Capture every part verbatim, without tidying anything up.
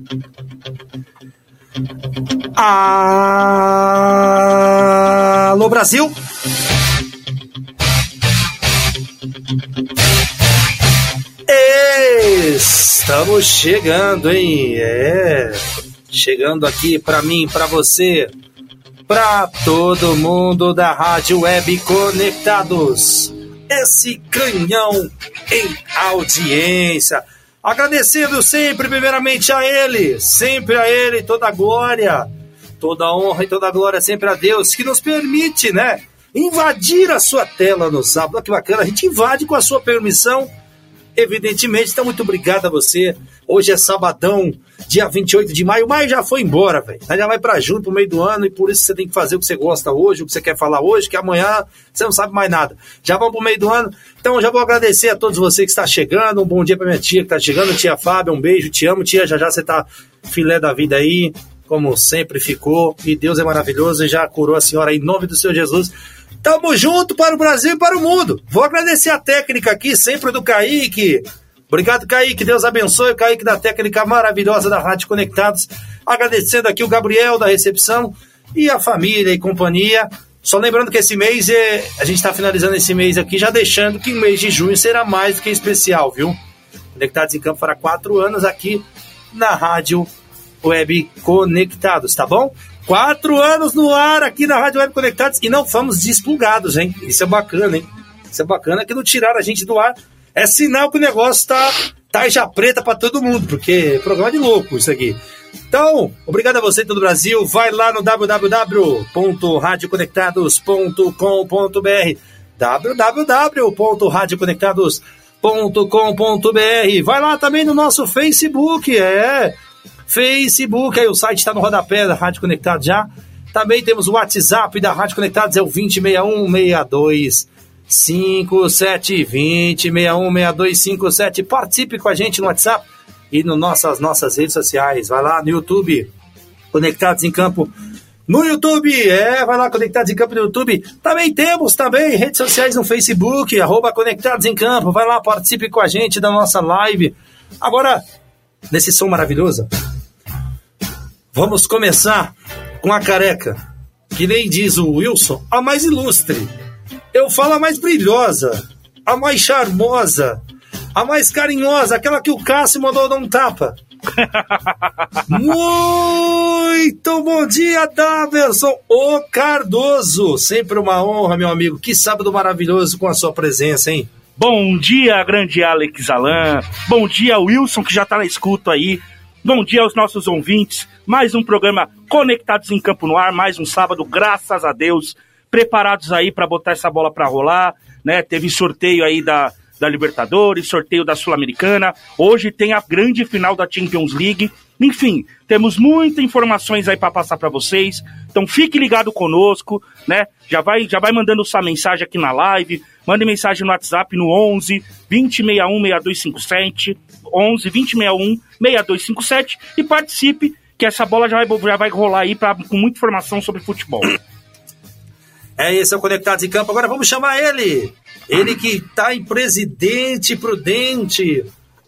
Alô, Brasil! Estamos chegando, hein? É, chegando aqui pra mim, pra você, pra todo mundo da Rádio Web Conectados. Esse canhão em audiência. Agradecendo sempre, primeiramente, a Ele, sempre a Ele, toda a glória, toda a honra e toda a glória sempre a Deus, que nos permite, né, invadir a sua tela no sábado. Olha que bacana, a gente invade com a sua permissão, evidentemente. Então, muito obrigado a você. Hoje é sabadão, dia vinte e oito de maio. Maio já foi embora, velho. Já vai pra junho, pro meio do ano, e por isso você tem que fazer o que você gosta hoje, o que você quer falar hoje, que amanhã você não sabe mais nada. Já vamos pro meio do ano. Então, já vou agradecer a todos vocês que estão chegando. Um bom dia pra minha tia que tá chegando. Tia Fábio, um beijo, te amo, tia. Já já você tá filé da vida aí, como sempre ficou. E Deus é maravilhoso e já curou a senhora em nome do Senhor Jesus. Tamo junto para o Brasil e para o mundo. Vou agradecer a técnica aqui, sempre do Kaique. Obrigado, Kaique. Deus abençoe o Kaique da técnica maravilhosa da Rádio Conectados. Agradecendo aqui o Gabriel da recepção e a família e companhia. Só lembrando que esse mês, é... a gente está finalizando esse mês aqui, já deixando que o mês de junho será mais do que especial, viu? Conectados em Campo fará quatro anos aqui na Rádio Web Conectados, tá bom? Quatro anos no ar aqui na Rádio Web Conectados e não fomos desplugados, hein? Isso é bacana, hein? Isso é bacana que não tiraram a gente do ar. É sinal que o negócio tá tarja preta pra todo mundo, porque é programa de louco isso aqui. Então, obrigado a você, todo o Brasil. Vai lá no w w w ponto radio conectados ponto com ponto b r w w w ponto radio conectados ponto com ponto b r. Vai lá também no nosso Facebook, é... Facebook, aí o site está no rodapé da Rádio Conectados já. Também temos o WhatsApp da Rádio Conectados, é o vinte, sessenta e um, sessenta e dois, cinquenta e sete, vinte, sessenta e um, sessenta e dois, cinquenta e sete. Participe com a gente no WhatsApp e nas nossas, nossas redes sociais. Vai lá no YouTube, Conectados em Campo. No YouTube, é, vai lá, Conectados em Campo no YouTube. Também temos também redes sociais no Facebook, arroba Conectados em Campo. Vai lá, participe com a gente da nossa live. Agora, nesse som maravilhoso, vamos começar com a careca, que nem diz o Wilson, a mais ilustre. Eu falo a mais brilhosa, a mais charmosa, a mais carinhosa, aquela que o Cássio mandou dar um tapa. Muito bom dia, Daverson, o Cardoso. Sempre uma honra, meu amigo. Que sábado maravilhoso com a sua presença, hein? Bom dia, grande Alex Alan. Bom dia, Wilson, que já tá na escuta aí. Bom dia aos nossos ouvintes. Mais um programa Conectados em Campo no ar, mais um sábado, graças a Deus. Preparados aí para botar essa bola para rolar, né? Teve sorteio aí da, da Libertadores, sorteio da Sul-Americana. Hoje tem a grande final da Champions League. Enfim, temos muitas informações aí para passar para vocês. Então fique ligado conosco, né? Já vai, já vai mandando sua mensagem aqui na live. Mande mensagem no WhatsApp no onze, vinte, sessenta e um, sessenta e dois cinquenta e sete. onze, vinte, sessenta e um, sessenta e dois cinquenta e sete. E participe, que essa bola já vai, já vai rolar aí pra, com muita informação sobre futebol. É esse, é o Conectados em Campo. Agora vamos chamar ele. Ele que tá em Presidente Prudente.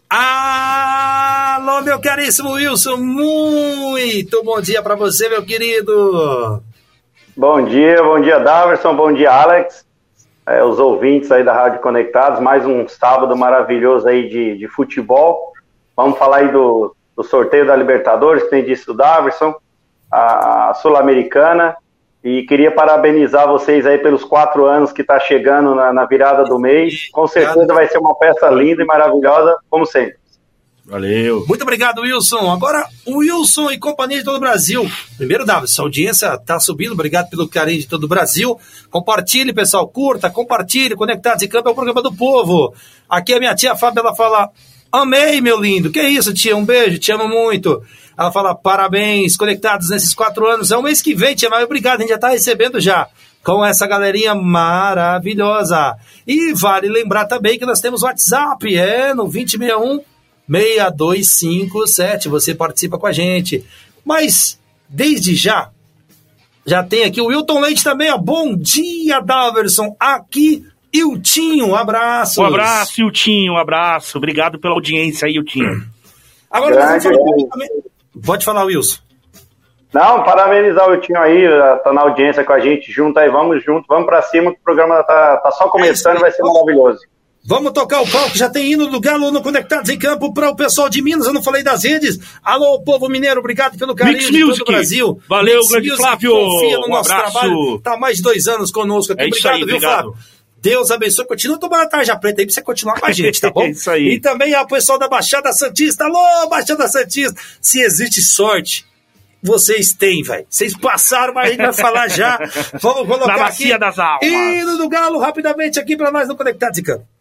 Alô, meu caríssimo Wilson. Muito bom dia pra você, meu querido. Bom dia, bom dia, Daverson. Bom dia, Alex. É, os ouvintes aí da Rádio Conectados. Mais um sábado maravilhoso aí de, de futebol. Vamos falar aí do, do sorteio da Libertadores, que tem disse o Daverson, a Sul-Americana. E queria parabenizar vocês aí pelos quatro anos que está chegando na, na virada do mês. Com certeza vai ser uma peça linda e maravilhosa, como sempre. Valeu. Muito obrigado, Wilson. Agora, o Wilson e companhia de todo o Brasil. Primeiro, Davi, a audiência está subindo. Obrigado pelo carinho de todo o Brasil. Compartilhe, pessoal. Curta, compartilhe. Conectados em Campo é o programa do povo. Aqui a minha tia Fábio, ela fala: amei, meu lindo. Que isso, tia? Um beijo, te amo muito. Ela fala: parabéns, Conectados nesses quatro anos. É o mês que vem, tia, mas obrigado, a gente já está recebendo já, com essa galerinha maravilhosa. E vale lembrar também que nós temos WhatsApp, é, no vinte, sessenta e um, sessenta e dois cinquenta e sete. Você participa com a gente. Mas, desde já, já tem aqui o Wilton Leite também, ó. Bom dia, Daverson. Aqui, Iltinho, um abraço. Um abraço, Iltinho, um abraço. Obrigado pela audiência aí, Iltinho. Agora nós vamos falar também... Pode falar, Wilson. Não, parabenizar o time aí, tá na audiência com a gente, junto aí, vamos junto, vamos pra cima, que o programa tá, tá só começando, é vai ser maravilhoso. Vamos tocar o palco, já tem hino do Galo no Conectados em Campo para o pessoal de Minas, eu não falei das redes. Alô, povo mineiro, obrigado pelo carinho Mix de todo Music. o Brasil. Valeu, Mix grande Music, Flávio. confia no Um nosso abraço. trabalho, tá há mais de dois anos conosco aqui, É isso obrigado, aí, viu, obrigado. Flávio? Deus abençoe, continua tomando a tarja preta aí pra você continuar com a gente, tá bom? É isso aí. E também ao pessoal da Baixada Santista, alô, Baixada Santista, se existe sorte, vocês têm, velho. Vocês passaram, mas a gente vai falar já. Vamos colocar Na aqui. Bacia das Almas. Hino do Galo, rapidamente aqui pra nós no Conectados em Campo.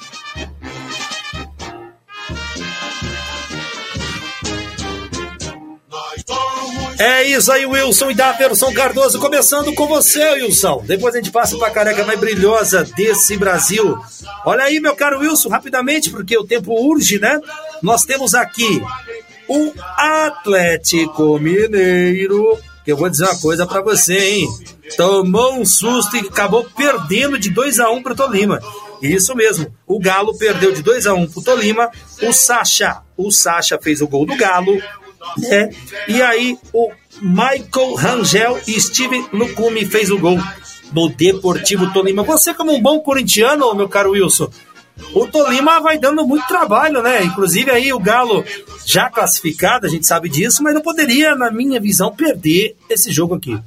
É isso aí, Wilson e Daverson Cardoso, começando com você, Wilson. Depois a gente passa para a careca mais brilhosa desse Brasil. Olha aí, meu caro Wilson, rapidamente, porque o tempo urge, né? Nós temos aqui o Atlético Mineiro, que eu vou dizer uma coisa para você, hein? Tomou um susto e acabou perdendo de dois a um para o Tolima. Isso mesmo, o Galo perdeu de dois a um para o Tolima. O Sacha, o Sacha fez o gol do Galo. É, e aí o Michael Rangel e Steven Lucumi fez o gol do Deportivo Tolima. Você, como um bom corintiano, meu caro Wilson, o Tolima vai dando muito trabalho, né? Inclusive aí o Galo já classificado, a gente sabe disso, mas não poderia, na minha visão, perder esse jogo aqui.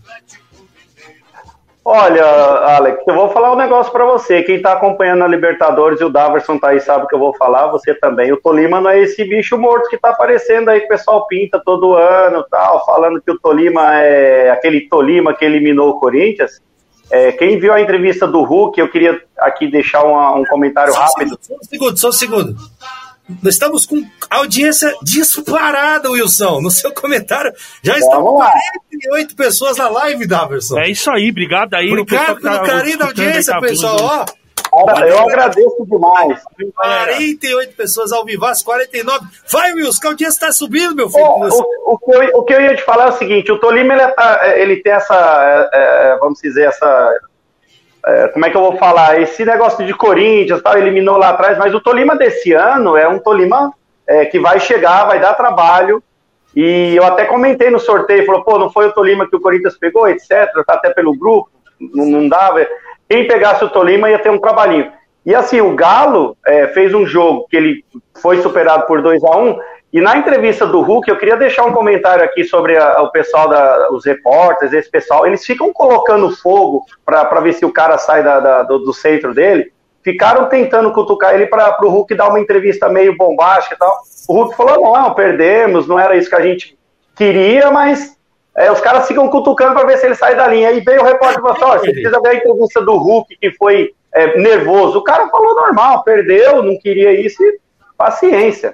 Olha, Alex, eu vou falar um negócio pra você. Quem tá acompanhando a Libertadores e o Daverson tá aí, sabe o que eu vou falar, você também. O Tolima não é esse bicho morto que tá aparecendo aí, que o pessoal pinta todo ano e tal, falando que o Tolima é aquele Tolima que eliminou o Corinthians. É, quem viu a entrevista do Hulk, eu queria aqui deixar uma, um comentário só rápido. Só um segundo, só um segundo. Nós estamos com audiência disparada, Wilson. No seu comentário, já estão quarenta e oito pessoas na live, Daverson. É isso aí, obrigado aí. Obrigado pelo carinho da audiência, tá pessoal. Ó, Cara, eu agradeço demais. quarenta e oito pessoas ao vivo, quarenta e nove. Vai, Wilson, que a audiência está subindo, meu filho. O, o, o, que eu, o que eu ia te falar é o seguinte, o Tolima, ele, tá, ele tem essa, é, vamos dizer, essa... É, como é que eu vou falar? Esse negócio de Corinthians, tal, eliminou lá atrás, mas o Tolima desse ano é um Tolima é, que vai chegar, vai dar trabalho, e eu até comentei no sorteio, falou, pô, não foi o Tolima que o Corinthians pegou, etcétera, tá até pelo grupo, não, não dava, quem pegasse o Tolima ia ter um trabalhinho. E assim, o Galo é, fez um jogo que ele foi superado por dois a um, e na entrevista do Hulk, eu queria deixar um comentário aqui sobre a, o pessoal, da, os repórteres, esse pessoal, eles ficam colocando fogo para ver se o cara sai da, da, do, do centro dele, ficaram tentando cutucar ele para o Hulk dar uma entrevista meio bombástica e tal. O Hulk falou, não, perdemos, não era isso que a gente queria, mas é, os caras ficam cutucando para ver se ele sai da linha. Aí veio o repórter e falou, ó, você precisa ver a entrevista do Hulk, que foi é, nervoso. O cara falou normal, perdeu, não queria isso e paciência.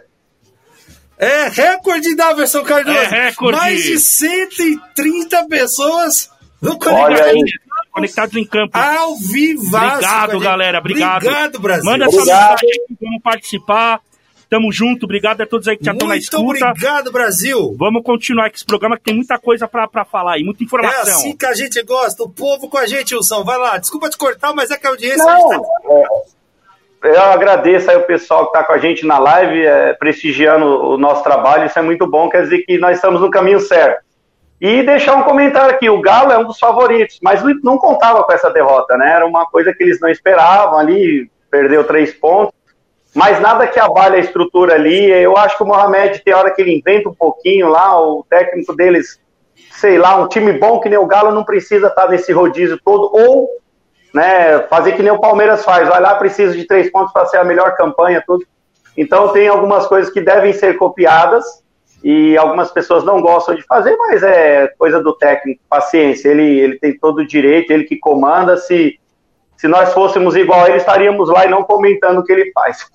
É recorde da versão Cardoso. É recorde. Mais de cento e trinta pessoas no Conectados em Campo. Ao vivo. Obrigado, galera. Obrigado. Obrigado, Brasil. Manda essa mensagem aí, vamos participar. Tamo junto. Obrigado a todos aí que já estão na escuta. Muito obrigado, Brasil. Vamos continuar com esse programa que tem muita coisa pra, pra falar aí, muita informação. É assim que a gente gosta. O povo com a gente, Wilson. Vai lá. Desculpa te cortar, mas é que a audiência... Não, a gente tá... é... Eu agradeço aí o pessoal que está com a gente na live, é, prestigiando o nosso trabalho, isso é muito bom, quer dizer que nós estamos no caminho certo. E deixar um comentário aqui, o Galo é um dos favoritos, mas não contava com essa derrota, né? Era uma coisa que eles não esperavam ali, perdeu três pontos, mas nada que abale a estrutura ali. Eu acho que o Mohamed tem hora que ele inventa um pouquinho lá, o técnico deles, sei lá, um time bom que nem o Galo não precisa estar nesse rodízio todo, ou... né, fazer que nem o Palmeiras faz, vai lá, precisa de três pontos para ser a melhor campanha, tudo. Então tem algumas coisas que devem ser copiadas e algumas pessoas não gostam de fazer, mas é coisa do técnico, paciência, ele, ele tem todo o direito, ele que comanda. Se, se nós fôssemos igual a ele, estaríamos lá e não comentando o que ele faz.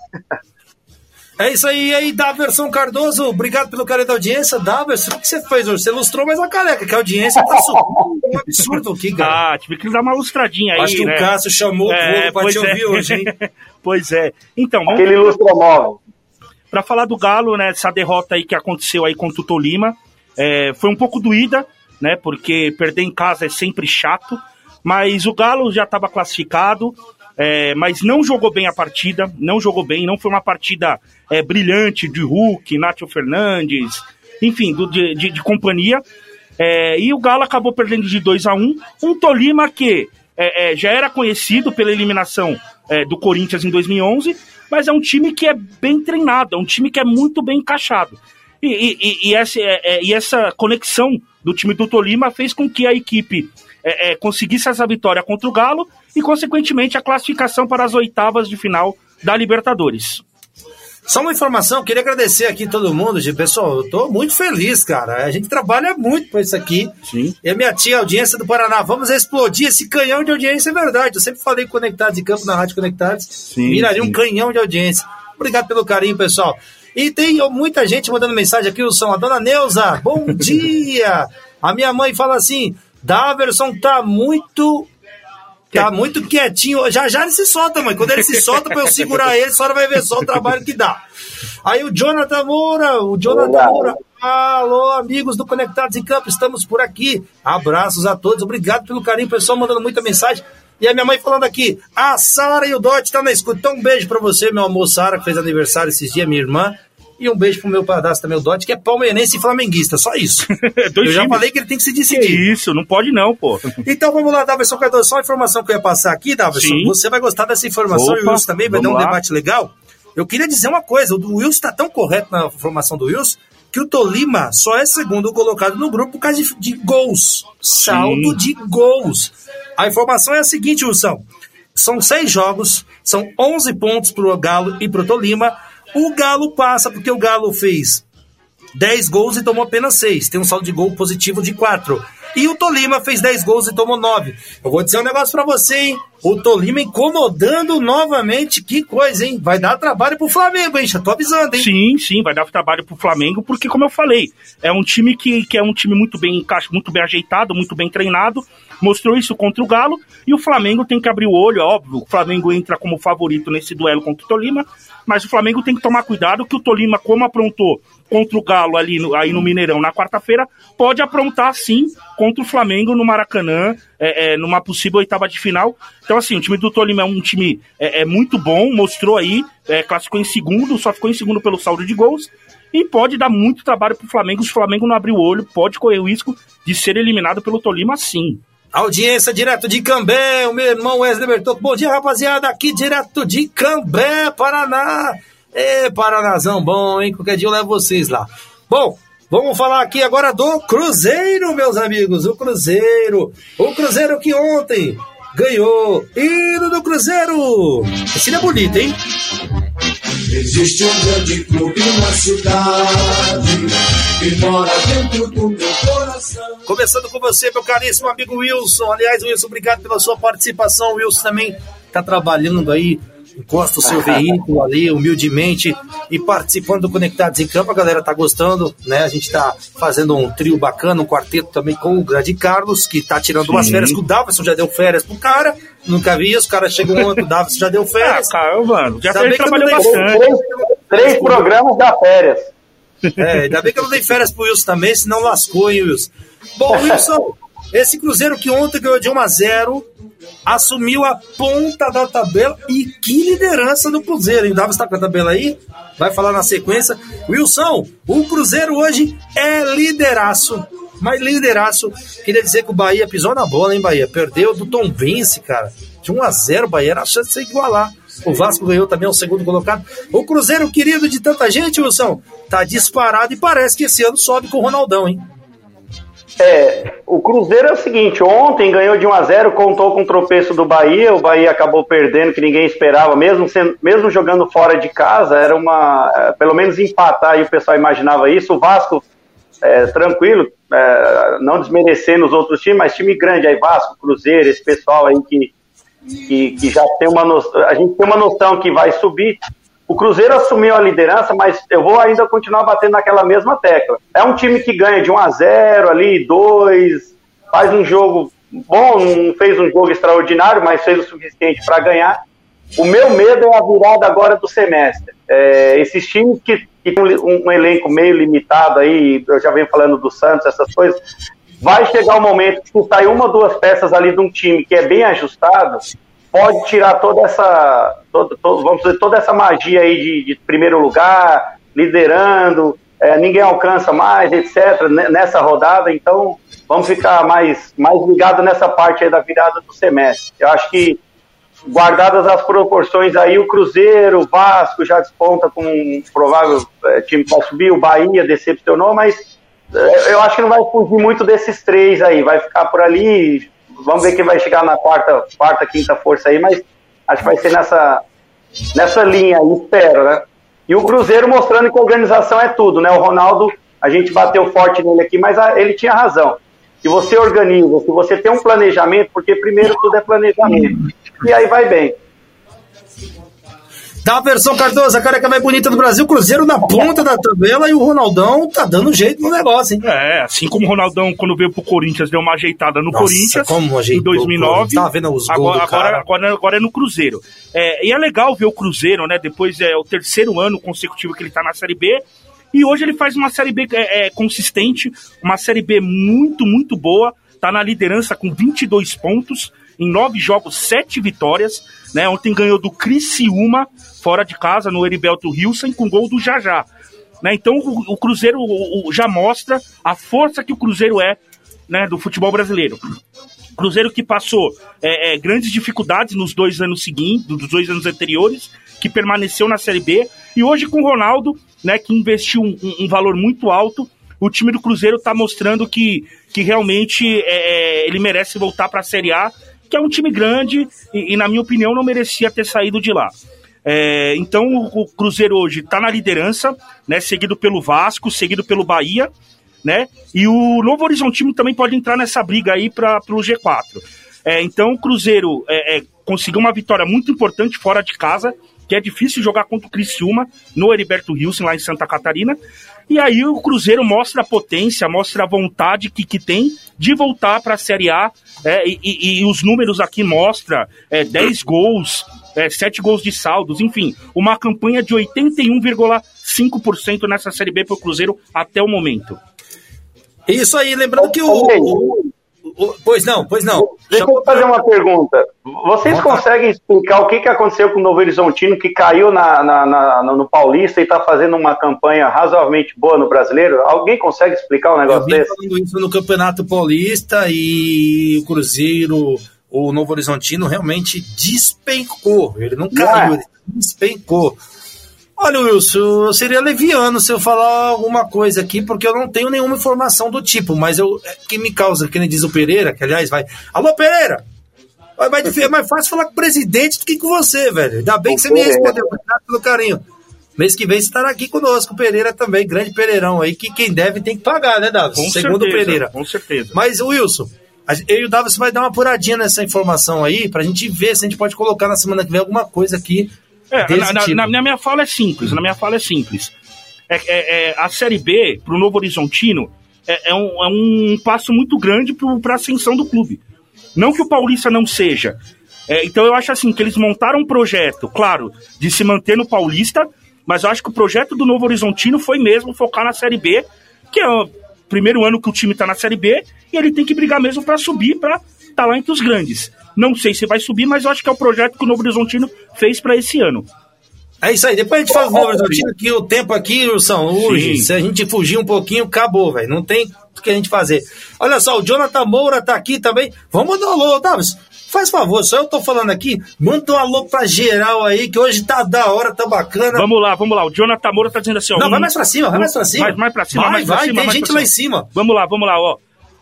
É isso aí, aí, Daverson Cardoso, obrigado pelo carinho da audiência. Daverson, o que você fez hoje? Você lustrou mais uma careca, que a audiência tá subindo, um absurdo aqui, cara. Ah, tive que dar uma lustradinha aí, acho que né? O Cássio chamou é, o povo pra te ouvir é. hoje, hein? Pois é. Então, vamos... Aquele lustromóvel. Pra falar do Galo, né, essa derrota aí que aconteceu aí contra o Tolima, é, foi um pouco doída, né, porque perder em casa é sempre chato, mas o Galo já estava classificado, é, mas não jogou bem a partida, não jogou bem, não foi uma partida é, brilhante de Hulk, Nátio Fernandes, enfim, do, de, de, de companhia. É, e o Galo acabou perdendo de dois a um. Um Tolima que é, é, já era conhecido pela eliminação é, do Corinthians em dois mil e onze, mas é um time que é bem treinado, é um time que é muito bem encaixado. E, e, e, essa, é, e essa conexão do time do Tolima fez com que a equipe é, é, conseguisse essa vitória contra o Galo e, consequentemente, a classificação para as oitavas de final da Libertadores. Só uma informação, queria agradecer aqui todo mundo, gente. Pessoal, eu tô muito feliz, cara. A gente trabalha muito pra isso aqui. Sim. E a minha tia, audiência do Paraná, vamos explodir esse canhão de audiência, é verdade. Eu sempre falei Conectados em Campo na Rádio Conectados. Sim, Viraria sim. um canhão de audiência. Obrigado pelo carinho, pessoal. E tem muita gente mandando mensagem aqui, o som. A dona Neuza, bom dia! A minha mãe fala assim, Daverson tá muito... Tá muito quietinho. Já já ele se solta, mãe. Quando ele se solta, pra eu segurar ele, a senhora vai ver só o trabalho que dá. Aí o Jonathan Moura, o Jonathan Olá. Moura. Alô, amigos do Conectados em Campo, estamos por aqui. Abraços a todos, obrigado pelo carinho, pessoal mandando muita mensagem. E a minha mãe falando aqui, a Sara e o Dot estão na escuta. Então um beijo pra você, meu amor Sara, que fez aniversário esses dias, minha irmã. E um beijo pro meu padrasto também, o Dot, que é palmeirense e flamenguista, só isso. Eu já times. Falei que ele tem que se decidir. Que isso, não pode não, pô. Então vamos lá, Daverson Cardoso, só a informação que eu ia passar aqui, Daverson. Sim. Você vai gostar dessa informação. Opa, e o Wilson também vai dar um lá. Debate legal. Eu queria dizer uma coisa, o Wilson está tão correto na informação do Wilson, que o Tolima só é segundo colocado no grupo por causa de, de gols. Saldo Sim. de gols. A informação é a seguinte, Wilson. São seis jogos, são onze pontos pro Galo e pro Tolima. O Galo passa porque o Galo fez dez gols e tomou apenas seis. Tem um saldo de gol positivo de quatro. E o Tolima fez dez gols e tomou nove. Eu vou dizer um negócio pra você, hein? O Tolima incomodando novamente. Que coisa, hein? Vai dar trabalho pro Flamengo, hein? Já tô avisando, hein? Sim, sim, vai dar trabalho pro Flamengo, porque, como eu falei, é um time que, que é um time muito bem, muito bem ajeitado, muito bem treinado. Mostrou isso contra o Galo. E o Flamengo tem que abrir o olho, é óbvio. O Flamengo entra como favorito nesse duelo contra o Tolima. Mas o Flamengo tem que tomar cuidado que o Tolima, como aprontou contra o Galo ali no, aí no Mineirão na quarta-feira, pode aprontar sim contra o Flamengo no Maracanã, é, é, numa possível oitava de final. Então assim, o time do Tolima é um time é, é muito bom, mostrou aí, é, classificou em segundo, só ficou em segundo pelo saldo de gols, e pode dar muito trabalho pro Flamengo. Se o Flamengo não abrir o olho, pode correr o risco de ser eliminado pelo Tolima sim. Audiência direto de Cambé, o meu irmão Wesley Bertocco. Bom dia, rapaziada, aqui direto de Cambé, Paraná. Ê, Paranazão bom, hein? Qualquer dia eu levo vocês lá. Bom, vamos falar aqui agora do Cruzeiro, meus amigos. O Cruzeiro. O Cruzeiro que ontem ganhou. Hino do Cruzeiro. Esse é bonito, hein? Existe um grande clube na cidade que mora dentro do meu coração. Começando com você, meu caríssimo amigo Wilson. Aliás, Wilson, obrigado pela sua participação. O Wilson também está trabalhando aí, encosta o seu veículo ali, humildemente, e participando do Conectados em Campo. A galera tá gostando, né? A gente tá fazendo um trio bacana, um quarteto também com o grande Carlos, que tá tirando Sim. umas férias, que o Daverson já deu férias pro cara. Nunca vi isso, o cara chegou ontem, o Daverson já deu férias. Ah, cara, mano, já ele trabalhou bastante. Três, três programas da férias. É, ainda bem que eu não dei férias pro Wilson também, senão lascou, hein, Wilson? Bom, Wilson, esse Cruzeiro que ontem ganhou de um a zero, assumiu a ponta da tabela, e que liderança do Cruzeiro, hein? O Davis tá com a tabela aí, vai falar na sequência. Wilson, o Cruzeiro hoje é lideraço, mas lideraço. Queria dizer que o Bahia pisou na bola, hein, Bahia? Perdeu do Tombense, cara. De um a zero, o Bahia era a chance de se igualar. O Vasco ganhou também, o segundo colocado. O Cruzeiro, querido de tanta gente, Wilson, tá disparado e parece que esse ano sobe com o Ronaldão, hein? É, o Cruzeiro é o seguinte, ontem ganhou de um a zero, contou com o tropeço do Bahia, o Bahia acabou perdendo, que ninguém esperava, mesmo, sendo, mesmo jogando fora de casa, era uma, pelo menos empatar, e o pessoal imaginava isso. O Vasco, é, tranquilo, é, não desmerecendo os outros times, mas time grande, aí Vasco, Cruzeiro, esse pessoal aí que, que, que já tem uma noção, a gente tem uma noção que vai subir. O Cruzeiro assumiu a liderança, mas eu vou ainda continuar batendo naquela mesma tecla. É um time que ganha de um a zero ali, dois, faz um jogo bom, não fez um jogo extraordinário, mas fez o suficiente para ganhar. O meu medo é a virada agora do semestre. É, esses times que, que tem um, um elenco meio limitado aí, eu já venho falando do Santos, essas coisas, vai chegar o momento que se sair uma ou duas peças ali de um time que é bem ajustado, pode tirar toda essa, todo, todo, vamos dizer, toda essa magia aí de, de primeiro lugar, liderando, é, ninguém alcança mais, etcétera, nessa rodada, então vamos ficar mais, mais ligados nessa parte aí da virada do semestre. Eu acho que, guardadas as proporções aí, o Cruzeiro, o Vasco já desponta com um provável é, time para subir, o Bahia decepcionou, mas é, eu acho que não vai fugir muito desses três aí, vai ficar por ali, vamos ver quem vai chegar na quarta, quarta quinta força aí, mas acho que vai ser nessa, nessa linha aí, espero, né? E o Cruzeiro mostrando que a organização é tudo, né? O Ronaldo, a gente bateu forte nele aqui, mas a, ele tinha razão. Se você organiza, se você tem um planejamento, porque primeiro tudo é planejamento. E aí vai bem. Daverson Cardoso, a careca mais bonita do Brasil, Cruzeiro na ponta da tabela e o Ronaldão tá dando jeito no negócio, hein? É, assim como o Ronaldão, quando veio pro Corinthians, deu uma ajeitada no Nossa, Corinthians, como ajeitou, em dois mil e nove. Tava vendo os gols agora, do cara. agora, agora, agora é no Cruzeiro. É, e é legal ver o Cruzeiro, né? Depois é o terceiro ano consecutivo que ele tá na Série B. E hoje ele faz uma Série B é, é, consistente, uma Série B muito, muito boa. Tá na liderança com vinte e dois pontos, em nove jogos, sete vitórias. Né? Ontem ganhou do Criciúma, fora de casa, no Heriberto Wilson, com gol do Jajá. Né? Então o, o Cruzeiro o, o, já mostra a força que o Cruzeiro é, né, do futebol brasileiro. Cruzeiro que passou é, é, grandes dificuldades nos dois anos seguintes, dos dois anos anteriores, que permaneceu na Série B, e hoje com o Ronaldo, né, que investiu um, um valor muito alto, o time do Cruzeiro está mostrando que, que realmente é, ele merece voltar para a Série A, que é um time grande e, e, na minha opinião, não merecia ter saído de lá. É, então o, o Cruzeiro hoje está na liderança, né, seguido pelo Vasco, seguido pelo Bahia, né, e o Novo Horizontino também pode entrar nessa briga aí para o G quatro. É, então o Cruzeiro é, é, conseguiu uma vitória muito importante fora de casa, que é difícil jogar contra o Criciúma, no Heriberto Wilson, lá em Santa Catarina. E aí o Cruzeiro mostra a potência, mostra a vontade que, que tem de voltar para a Série A. É, e, e, e os números aqui mostram é, dez gols, é, sete gols de saldos, enfim, uma campanha de oitenta e um vírgula cinco por cento nessa Série B para o Cruzeiro até o momento. Isso aí, lembrando que o... o, o pois não, pois não. Deixa eu fazer uma pergunta. Vocês conseguem explicar o que, que aconteceu com o Novo Horizontino, que caiu na, na, na, no Paulista e está fazendo uma campanha razoavelmente boa no Brasileiro? Alguém consegue explicar um negócio desse? Eu vim falando isso no Campeonato Paulista e o Cruzeiro, o Novo Horizontino realmente despencou. Ele não caiu, ele despencou. Olha, Wilson, eu seria leviano se eu falar alguma coisa aqui, porque eu não tenho nenhuma informação do tipo, mas eu, que me causa, que nem diz o Pereira, que aliás vai... Alô, Pereira! É mais, é mais fácil falar com o presidente do que com você, velho. Ainda bem que você me respondeu, obrigado pelo carinho. Mês que vem você estará aqui conosco, o Pereira também, grande Pereirão aí, que quem deve tem que pagar, né, Davi? Com Segundo certeza, o Pereira. Com certeza. Mas, Wilson, eu e o Davi vai dar uma apuradinha nessa informação aí, pra gente ver se a gente pode colocar na semana que vem alguma coisa aqui. É, na, na, tipo. na, na minha fala é simples, na minha fala é simples. É, é, é, a Série B, pro Novo Horizontino, é, é, um, é um passo muito grande para a ascensão do clube. Não que o Paulista não seja. É, então eu acho assim, que eles montaram um projeto, claro, de se manter no Paulista, mas eu acho que o projeto do Novo Horizontino foi mesmo focar na Série B, que é o primeiro ano que o time está na Série B, e ele tem que brigar mesmo para subir, para estar tá lá entre os grandes. Não sei se vai subir, mas eu acho que é o projeto que o Novo Horizontino fez para esse ano. É isso aí, depois a gente fala do Novo Horizontino, que o tempo aqui, Wilson, hoje, se a gente fugir um pouquinho, acabou, velho. Não tem o que a gente fazer. Olha só, o Jonathan Moura tá aqui também. Vamos mandar um alô, Davis. Faz favor, só eu tô falando aqui, manda um alô pra geral aí, que hoje tá da hora, tá bacana. Vamos lá, vamos lá. O Jonathan Moura tá dizendo assim, ó. Não, um, vai mais pra cima, vai mais pra cima. Mais, mais pra cima, vai, mais pra vai, cima. Tem mais gente lá em cima. Vamos lá, vamos lá, ó.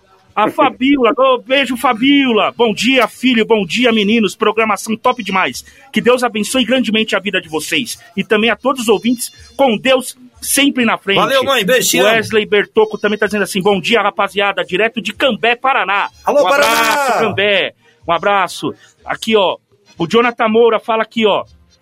A Fabíola, oh, beijo Fabíola, bom dia filho, bom dia meninos, programação top demais, que Deus abençoe grandemente a vida de vocês e também a todos os ouvintes, com Deus sempre na frente. Valeu mãe, beijo. Wesley Bertocco também tá dizendo assim, bom dia rapaziada, direto de Cambé, Paraná. Alô, um Paraná! abraço Cambé, um abraço, aqui ó, o Jonathan Moura fala aqui ó,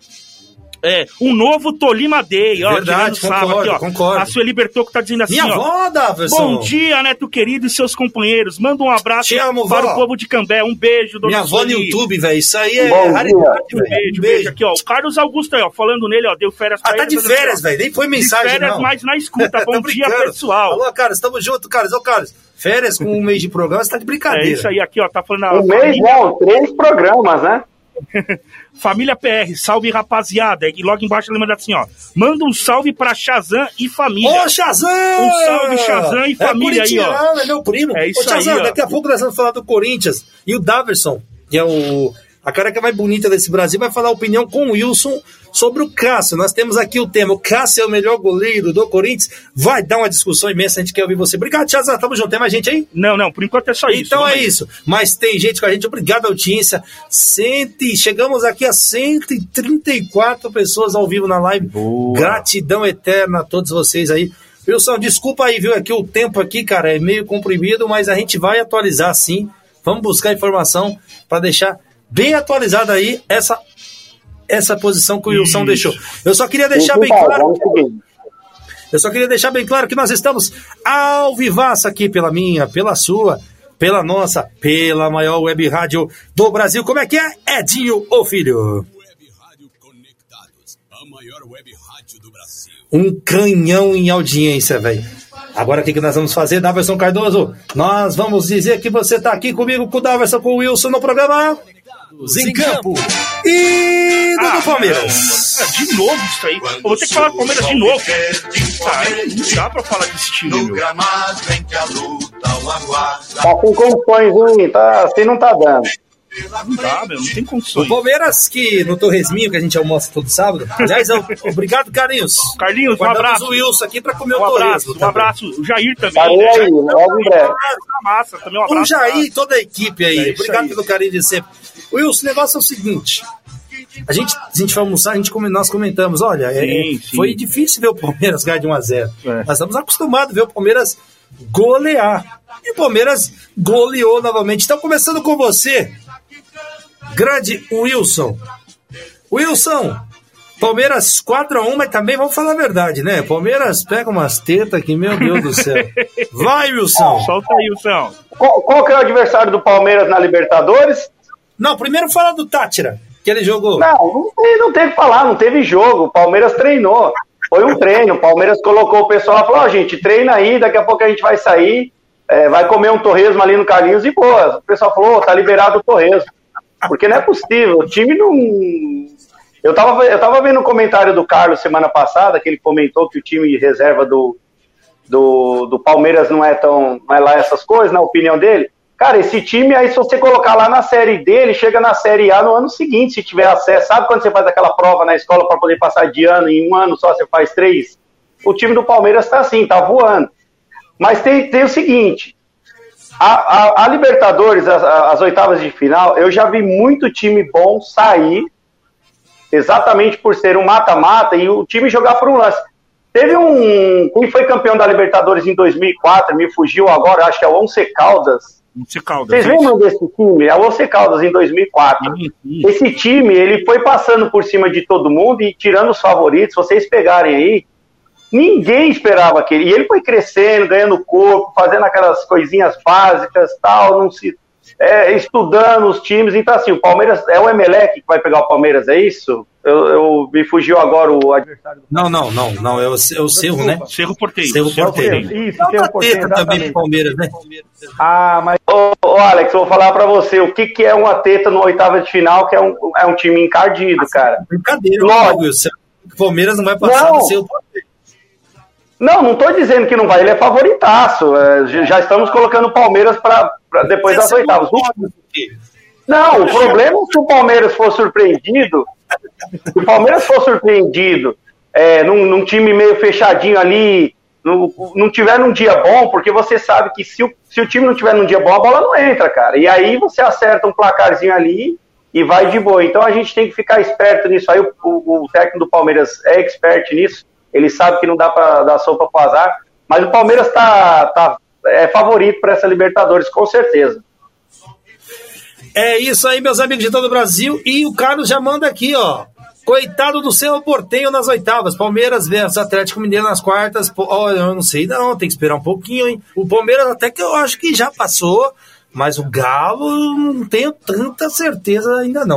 É, um novo Tolima Day, ó. Verdade, concordo, sábado, aqui, ó. concordo. A Sueli Bertocco tá dizendo assim, Minha ó. avó, Daverson. Bom dia, Neto querido e seus companheiros. Manda um abraço Te amo, para vó. o povo de Cambé. Um beijo, dona Minha avó no Sueli. YouTube, velho. Isso aí é Bom raridade, Um velho. beijo, beijo. Aqui, ó. O Carlos Augusto aí, ó. Falando nele, ó. Deu férias pra Ah, tá ele, de fazendo férias, assim, ó. velho. Nem foi mensagem, De férias, não. mas na escuta. Bom Tô dia, brincando. pessoal. Alô, Carlos, tamo junto, Carlos. Ô, Carlos, férias com um mês de programa, você tá de É brincadeira. isso aí, aqui, ó. Tá falando a Um mês não, três programas, né? Família P R, salve rapaziada. E logo embaixo ele manda assim, ó. Manda um salve pra Shazam e família. Ô, Shazam! Um salve, Shazam e família é aí, ó. É meu primo. É isso. Ô, Shazam, aí, daqui a pouco nós vamos falar do Corinthians. E o Daverson, que é o... a careca mais bonita desse Brasil, vai falar a opinião com o Wilson sobre o Cássio. Nós temos aqui o tema, o Cássio é o melhor goleiro do Corinthians. Vai dar uma discussão imensa, a gente quer ouvir você. Obrigado, Shazam, tamo junto. Tem mais gente aí? Não, não, por enquanto é só isso. Então é aí. Isso. Mas tem gente com a gente, obrigado, audiência. Cento... Chegamos aqui a cento e trinta e quatro pessoas ao vivo na live. Boa. Gratidão eterna a todos vocês aí. Wilson, desculpa aí, viu? Aqui o tempo aqui, cara, é meio comprimido, mas a gente vai atualizar sim. Vamos buscar informação para deixar bem atualizada aí essa, essa posição que o Wilson Isso. deixou. Eu só queria deixar bem claro. Eu só queria deixar bem claro que nós estamos ao vivaço aqui pela minha, pela sua, pela nossa, pela maior web rádio do Brasil. Como é que é, Edinho, ô filho? Web Rádio Conectados, a maior web rádio do Brasil. Um canhão em audiência, velho. Agora o que, que nós vamos fazer, Daverson Cardoso? Nós vamos dizer que você está aqui comigo, com o Daverson, com o Wilson no programa Em Campo e do ah, Palmeiras. É, de novo isso aí. Eu vou ter que falar do Palmeiras de novo. Ah, não dá pra falar desse time, meu. Tá com condições, hein? Tá, assim não tá dando. Não dá, meu, não tem condições. O Palmeiras, que no Torresminho, que a gente almoça todo sábado. Aliás, obrigado, Carlinhos. Carlinhos, um abraço. o Wilson aqui pra comer um o abraço, torresmo. Um abraço, o Jair também. Valeu né? aí, logo em breve. Massa, também um abraço. O Jair, toda a equipe aí. É obrigado aí. pelo carinho de sempre. Wilson, o negócio é o seguinte. A gente, a gente foi almoçar, a gente, nós comentamos, olha, sim, é, sim. foi difícil ver o Palmeiras ganhar de um a zero. É. Nós estamos acostumados a ver o Palmeiras golear. E o Palmeiras goleou novamente. Então, começando com você, grande Wilson. Wilson, Palmeiras quatro a um, mas também vamos falar a verdade, né? Palmeiras pega umas tetas aqui, meu Deus do céu. Vai, Wilson. Solta aí, Wilson. Qual, qual que é o adversário do Palmeiras na Libertadores? Não, primeiro fala do Tátira, que ele jogou. Não, não tem, não tem que falar, não teve jogo. O Palmeiras treinou. Foi um treino. O Palmeiras colocou o pessoal lá e falou: ó, oh, gente, treina aí, daqui a pouco a gente vai sair, é, vai comer um torresmo ali no Carlinhos e boa. O pessoal falou: oh, tá liberado o torresmo. Porque não é possível, o time não... Eu tava, eu tava vendo um comentário do Carlos semana passada, que ele comentou que o time de reserva do, do, do Palmeiras não é tão... não é lá essas coisas, na opinião dele. Cara, esse time aí, se você colocar lá na série D, ele chega na série A no ano seguinte, se tiver acesso. Sabe quando você faz aquela prova na escola para poder passar de ano, em um ano só você faz três? O time do Palmeiras tá assim, tá voando. Mas tem, tem o seguinte... A, a, a Libertadores, as, as oitavas de final, eu já vi muito time bom sair, exatamente por ser um mata-mata, e o time jogar por um lance. Teve um... Quem foi campeão da Libertadores em dois mil e quatro, me fugiu agora, acho que é o Once Caldas. Once Caldas. Vocês lembram desse time? É o Once Caldas em dois mil e quatro. Sim, sim. Esse time, ele foi passando por cima de todo mundo e tirando os favoritos. Se vocês pegarem aí, ninguém esperava aquele. E ele foi crescendo, ganhando corpo, fazendo aquelas coisinhas básicas, tal, não se, é, estudando os times. Então, assim, o Palmeiras é o Emelec que vai pegar o Palmeiras, é isso? Eu, eu me fugiu agora o adversário. Não, não, não, não, é o, é o Cerro, né? Cerro Porteiro. Cerro Porteiro. Isso, não, Cerro Porteiro, teta também pro Palmeiras, né? Ah, mas, ô, ô Alex, eu vou falar pra você, o que, que é uma teta no oitava de final, que é um, é um time encardido, cara. Brincadeira, lógico. O Palmeiras não vai passar não. no Cerro Porteiro. Não, não estou dizendo que não vai, ele é favoritaço. É, já estamos colocando o Palmeiras para depois das oitavas. Não, o problema é se o Palmeiras for surpreendido, se o Palmeiras for surpreendido é, num, num time meio fechadinho ali, não, não tiver num dia bom, porque você sabe que se o, se o time não tiver num dia bom, a bola não entra, cara. E aí você acerta um placarzinho ali e vai de boa. Então a gente tem que ficar esperto nisso aí. O, o, o técnico do Palmeiras é expert nisso. Ele sabe que não dá para dar sopa pro azar, mas o Palmeiras tá, tá, é favorito para essa Libertadores, com certeza. É isso aí, meus amigos de todo o Brasil. E o Carlos já manda aqui, ó. Coitado do Cerro Porteño nas oitavas. Palmeiras versus Atlético Mineiro nas quartas. Olha, eu não sei não, tem que esperar um pouquinho, hein? O Palmeiras até que eu acho que já passou, mas o Galo não tenho tanta certeza ainda não.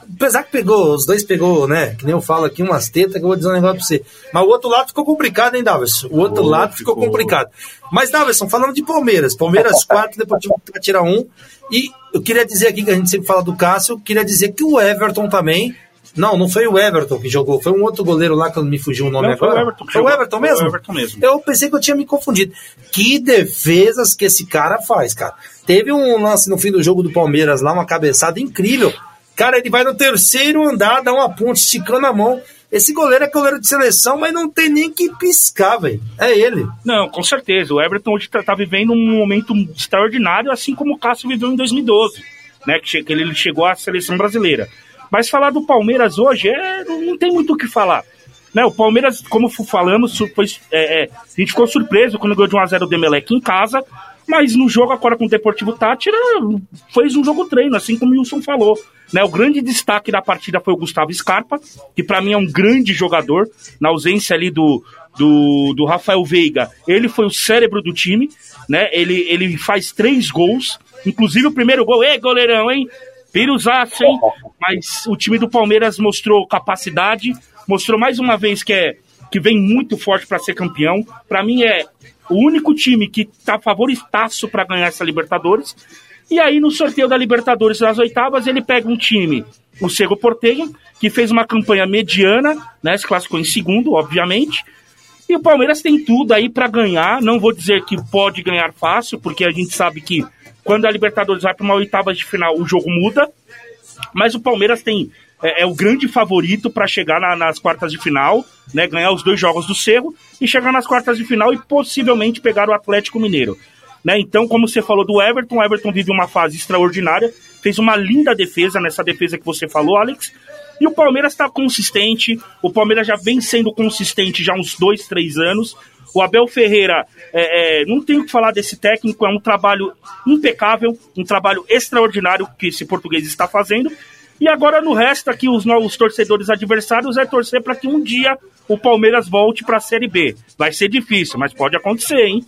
apesar que pegou, os dois pegou, né? Que nem eu falo aqui, umas tetas que eu vou dizer um negócio pra você. Mas o outro lado ficou complicado, hein, Daverson? O outro oh, lado ficou, ficou complicado. Mas, Daverson, falando de Palmeiras, Palmeiras quatro, Deportivo Tátira um. E eu queria dizer aqui, que a gente sempre fala do Cássio, queria dizer que o Everton também. Não, não foi o Everton que jogou, foi um outro goleiro lá que não me fugiu o nome não, agora. Foi o Everton, foi o Everton mesmo? Foi o Everton mesmo. Eu pensei que eu tinha me confundido. Que defesas que esse cara faz, cara. Teve um lance no fim do jogo do Palmeiras lá, uma cabeçada incrível. Cara, ele vai no terceiro andar, dá uma ponte, esticando a mão. Esse goleiro é goleiro de seleção, mas não tem nem que piscar, velho. É ele. Não, com certeza. O Everton hoje tá, tá vivendo um momento extraordinário, assim como o Cássio viveu em dois mil e doze, né? Que ele chegou à seleção brasileira. Mas falar do Palmeiras hoje, é, não tem muito o que falar. Né, o Palmeiras, como falamos, foi, é, é, a gente ficou surpreso quando ganhou de um a zero o Emelec em casa, mas no jogo agora com o Deportivo Tátira, fez um jogo treino, assim como o Wilson falou. Né, o grande destaque da partida foi o Gustavo Scarpa, que para mim é um grande jogador, na ausência ali do, do, do Rafael Veiga. Ele foi o cérebro do time, né, ele, ele faz três gols, inclusive o primeiro gol, ei goleirão, hein? Piruzaço, hein? Mas o time do Palmeiras mostrou capacidade, mostrou mais uma vez que, é, que vem muito forte para ser campeão. Para mim é o único time que tá favoritaço para ganhar essa Libertadores. E aí no sorteio da Libertadores das oitavas ele pega um time, o Cerro Porteño, que fez uma campanha mediana, né? Se classificou em segundo, obviamente. E o Palmeiras tem tudo aí para ganhar. Não vou dizer que pode ganhar fácil, porque a gente sabe que quando a Libertadores vai para uma oitava de final, o jogo muda. Mas o Palmeiras tem, é, é o grande favorito para chegar na, nas quartas de final, né, ganhar os dois jogos do Cerro e chegar nas quartas de final e possivelmente pegar o Atlético Mineiro. Né? Então, como você falou do Everton, o Everton vive uma fase extraordinária, fez uma linda defesa nessa defesa que você falou, Alex. E o Palmeiras está consistente, o Palmeiras já vem sendo consistente já há uns dois, três anos. O Abel Ferreira, é, é, não tenho o que falar desse técnico, é um trabalho impecável, um trabalho extraordinário que esse português está fazendo. E agora no resto aqui, os novos torcedores adversários é torcer para que um dia o Palmeiras volte para a Série B. Vai ser difícil, mas pode acontecer, hein?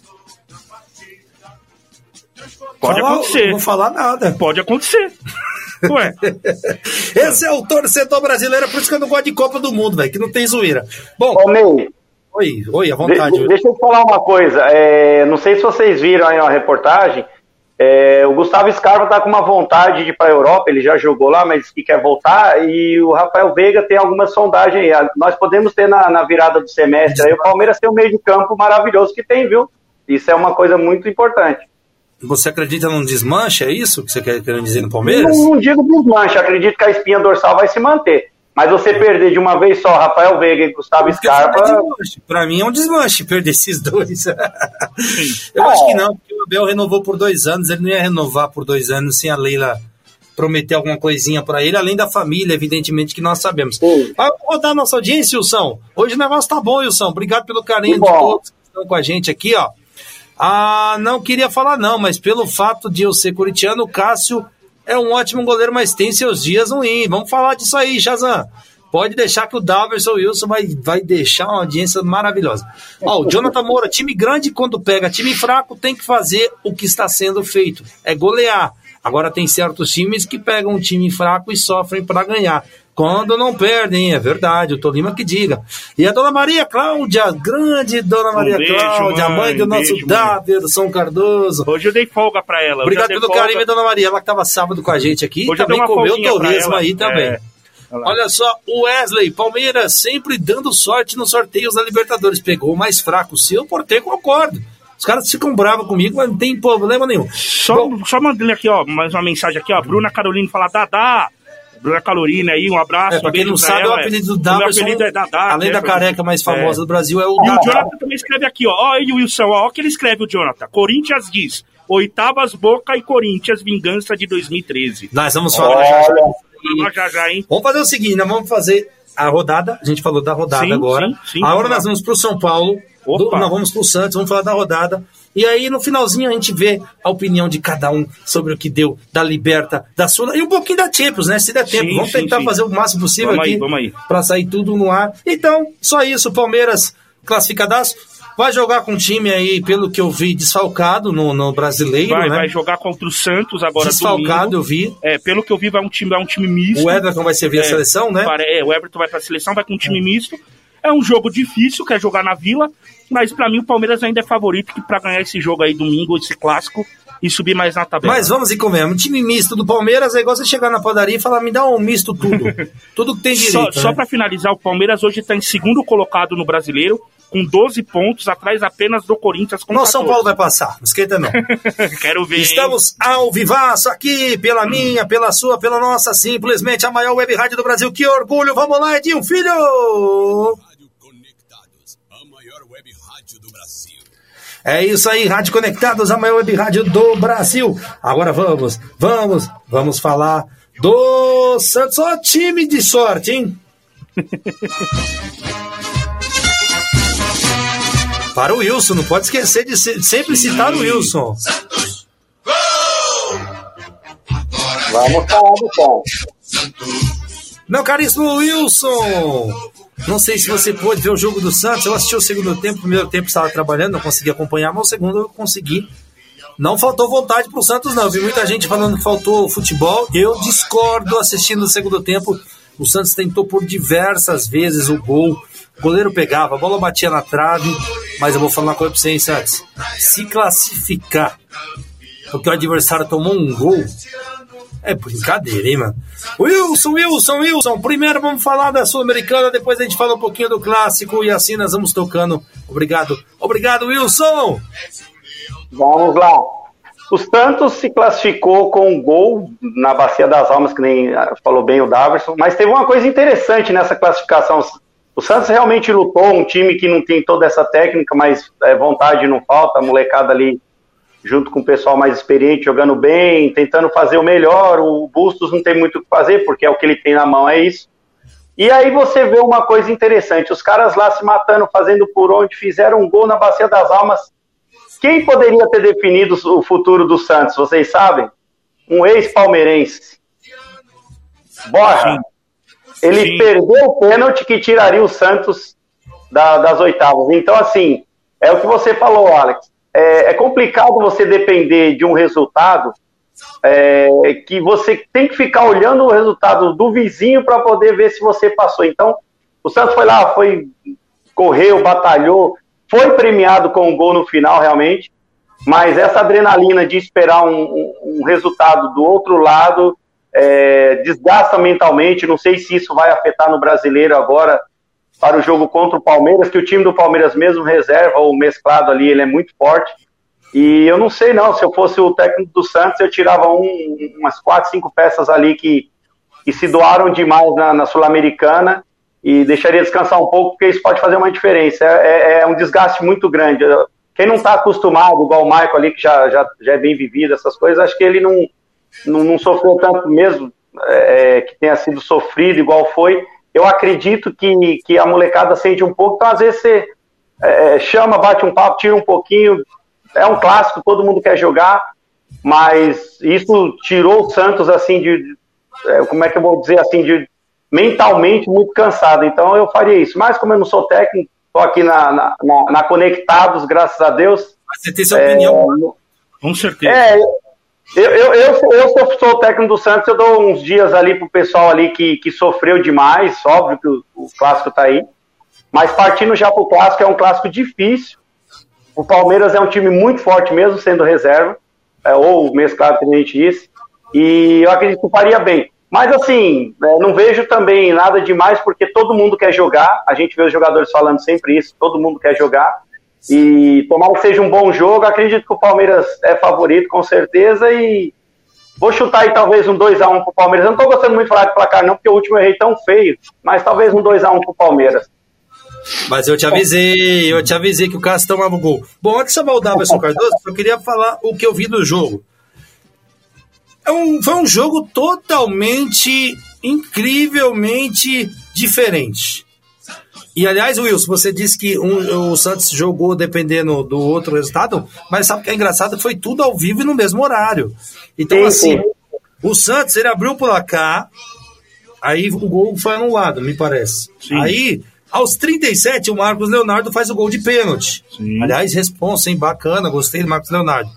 Pode Fala, acontecer. Não vou falar nada. Pode acontecer. Ué. Esse é o torcedor brasileiro, por isso que eu não gosto de Copa do Mundo, velho, que não tem zoeira. Bom... Ô, Ney, Oi, oi, à vontade. De, deixa eu falar uma coisa. É, não sei se vocês viram aí na reportagem. É, o Gustavo Scarpa tá com uma vontade de ir para a Europa. Ele já jogou lá, mas que quer voltar. E o Rafael Veiga tem alguma sondagem aí. Nós podemos ter na, na virada do semestre. Aí o Palmeiras tem um meio de campo maravilhoso que tem, viu? Isso é uma coisa muito importante. Você acredita num desmanche? É isso que você quer querendo dizer no Palmeiras? Não, não digo desmanche. Acredito que a espinha dorsal vai se manter. Mas você perder de uma vez só Rafael Veiga e Gustavo Scarpa... Para mim é um desmanche perder esses dois. Eu é. acho que não, porque o Abel renovou por dois anos, ele não ia renovar por dois anos sem a Leila prometer alguma coisinha para ele, além da família, evidentemente, que nós sabemos. Sim. Vai rodar a nossa audiência, Wilson. Hoje o negócio tá bom, Wilson. Obrigado pelo carinho de todos que estão com a gente aqui, ó. Ah, não queria falar não, mas pelo fato de eu ser corintiano, o Cássio é um ótimo goleiro, mas tem seus dias ruins. Vamos falar disso aí, Shazam. Pode deixar que o Daverson Wilson vai, vai deixar uma audiência maravilhosa. Ó, o Jonathan Moura, time grande quando pega time fraco tem que fazer o que está sendo feito. É golear. Agora tem certos times que pegam um time fraco e sofrem para ganhar. Quando não perdem, é verdade, o Tolima que diga. E a Dona Maria Cláudia, grande Dona Maria um beijo, Cláudia, mãe, mãe do nosso beijo, Daverson Cardoso. Hoje eu dei folga pra ela. Obrigado pelo folga. Carinho, Dona Maria, ela que estava sábado com a gente aqui. Hoje também comeu torresmo aí também. É. Olha só, o Wesley, Palmeiras sempre dando sorte nos sorteios da Libertadores. Pegou o mais fraco, se eu portei, concordo. Os caras ficam bravos comigo, mas não tem problema nenhum. Só, Bom, só mandei aqui, ó, mais uma mensagem aqui, ó. Bruna Carolina fala, Dadá. Bruna Carolina aí, um abraço. É, pra quem não sabe, ela, o apelido do Daverson, apelido é Dadá, além né, da careca mais famosa é. do Brasil, é o... E o Jonathan também escreve aqui, ó. Ó, aí o Wilson, ó, ó que ele escreve o Jonathan. Corinthians diz, oitavas Boca e Corinthians, vingança de dois mil e treze. Nós vamos falar já já. Vamos já já, hein? Vamos fazer o seguinte, nós vamos fazer a rodada, a gente falou da rodada sim, agora. Sim, sim, agora nós vamos pro São Paulo, do, nós vamos pro Santos, vamos falar da rodada. E aí, no finalzinho, a gente vê a opinião de cada um sobre o que deu da Liberta, da Sula e um pouquinho da Champions, né? Se der tempo. Sim, vamos sim, tentar sim. fazer o máximo possível vamos aqui aí, vamos aí. Pra sair tudo no ar. Então, só isso. Palmeiras classificadaço. Vai jogar com um time aí, pelo que eu vi, desfalcado no, no brasileiro, vai, né? Vai jogar contra o Santos agora desfalcado, domingo. eu vi. É, pelo que eu vi, vai um time, vai um time misto. O Everton vai servir é, a seleção, né? É, o Everton vai pra seleção, vai com um time misto. É um jogo difícil, quer jogar na Vila, mas pra mim o Palmeiras ainda é favorito que pra ganhar esse jogo aí domingo, esse clássico, e subir mais na tabela. Mas vamos e comemos. Um time misto do Palmeiras é igual você chegar na padaria e falar, me dá um misto tudo. Tudo que tem direito. Só, né? só pra finalizar, o Palmeiras hoje tá em segundo colocado no Brasileiro, com doze pontos, atrás apenas do Corinthians com Nossa, São Paulo vai passar, não esquenta não. Quero ver. Estamos ao vivaço aqui, pela minha, pela sua, pela nossa, simplesmente a maior web rádio do Brasil. Que orgulho, vamos lá, Edinho Filho! Rádio Conectados, a maior web rádio do Brasil. É isso aí, Rádio Conectados, a maior web rádio do Brasil. Agora vamos, vamos, vamos falar do Santos. Ó, time de sorte, hein? Para o Wilson, não pode esquecer de sempre citar o Wilson. Vamos falar do ponto. Meu caríssimo Wilson, não sei se você pôde ver o jogo do Santos. Eu assisti o segundo tempo, o primeiro tempo estava trabalhando, não consegui acompanhar, mas o segundo eu consegui. Não faltou vontade para o Santos, não. Eu vi muita gente falando que faltou futebol. Eu discordo. Assistindo o segundo tempo, o Santos tentou por diversas vezes o gol. O goleiro pegava, a bola batia na trave, mas eu vou falar uma coisa pra você, hein, Santos? Se classificar porque o adversário tomou um gol, é brincadeira, hein, mano? Wilson, Wilson, Wilson, primeiro vamos falar da Sul-Americana, depois a gente fala um pouquinho do Clássico e assim nós vamos tocando. Obrigado, obrigado, Wilson! Vamos lá. O Santos se classificou com um gol na Bacia das Almas, que nem falou bem o Daverson, mas teve uma coisa interessante nessa classificação. O Santos realmente lutou, um time que não tem toda essa técnica, mas é, vontade não falta, a molecada ali, junto com o pessoal mais experiente, jogando bem, tentando fazer o melhor. O Bustos não tem muito o que fazer, porque é o que ele tem na mão, é isso. E aí você vê uma coisa interessante, os caras lá se matando, fazendo por onde, fizeram um gol na Bacia das Almas. Quem poderia ter definido o futuro do Santos, vocês sabem? Um ex-palmeirense. Borja. Ele Sim. perdeu o pênalti que tiraria o Santos da, das oitavas. Então, assim, é o que você falou, Alex. É, é complicado você depender de um resultado é, que você tem que ficar olhando o resultado do vizinho para poder ver se você passou. Então, o Santos foi lá, foi, correu, batalhou, foi premiado com um gol no final, realmente, mas essa adrenalina de esperar um, um, um resultado do outro lado é, desgasta mentalmente. Não sei se isso vai afetar no Brasileiro agora para o jogo contra o Palmeiras, que o time do Palmeiras mesmo reserva, o mesclado ali, ele é muito forte, e eu não sei não, se eu fosse o técnico do Santos, eu tirava um, umas quatro, cinco peças ali que, que se doaram demais na, na Sul-Americana, e deixaria descansar um pouco, porque isso pode fazer uma diferença. É, é um desgaste muito grande. Quem não está acostumado, igual o Michael ali, que já, já, já é bem vivido, essas coisas, acho que ele não, não, não sofreu tanto mesmo, é, que tenha sido sofrido igual foi. Eu acredito que, que a molecada sente um pouco, então às vezes você é, chama, bate um papo, tira um pouquinho, é um clássico, todo mundo quer jogar, mas isso tirou o Santos, assim, de, é, como é que eu vou dizer, assim, de mentalmente muito cansado. Então eu faria isso, mas como eu não sou técnico, estou aqui na, na, na, na Conectados, graças a Deus. Mas você tem sua é, opinião? Com certeza. É, eu, eu, eu, sou, eu sou, sou técnico do Santos, eu dou uns dias ali pro pessoal ali que, que sofreu demais, óbvio que o, o clássico tá aí, mas partindo já pro clássico, é um clássico difícil. O Palmeiras é um time muito forte mesmo, sendo reserva, é, ou mesclado, que a gente disse, e eu acredito que faria bem. Mas assim, é, não vejo também nada demais, porque todo mundo quer jogar, a gente vê os jogadores falando sempre isso, todo mundo quer jogar, e tomara que seja um bom jogo. Acredito que o Palmeiras é favorito, com certeza, e vou chutar aí talvez um dois a um pro Palmeiras. Eu não tô gostando muito de falar de placar não, porque o último eu errei tão feio, mas talvez um dois a um pro Palmeiras. Mas eu te avisei, eu te avisei que o Cássio tomava o gol. Bom, antes de chamar o Daverson Cardoso, eu queria falar o que eu vi do jogo. É um, foi um jogo totalmente, incrivelmente diferente. E, aliás, Wilson, você disse que um, o Santos jogou dependendo do outro resultado, mas sabe o que é engraçado? Foi tudo ao vivo e no mesmo horário. Então, sim, assim, sim. O Santos, ele abriu o placar, aí o gol foi anulado, me parece. Sim. Aí, Aos trinta e sete, o Marcos Leonardo faz o gol de pênalti. Sim. Aliás, responsa, hein? Bacana, gostei do Marcos Leonardo.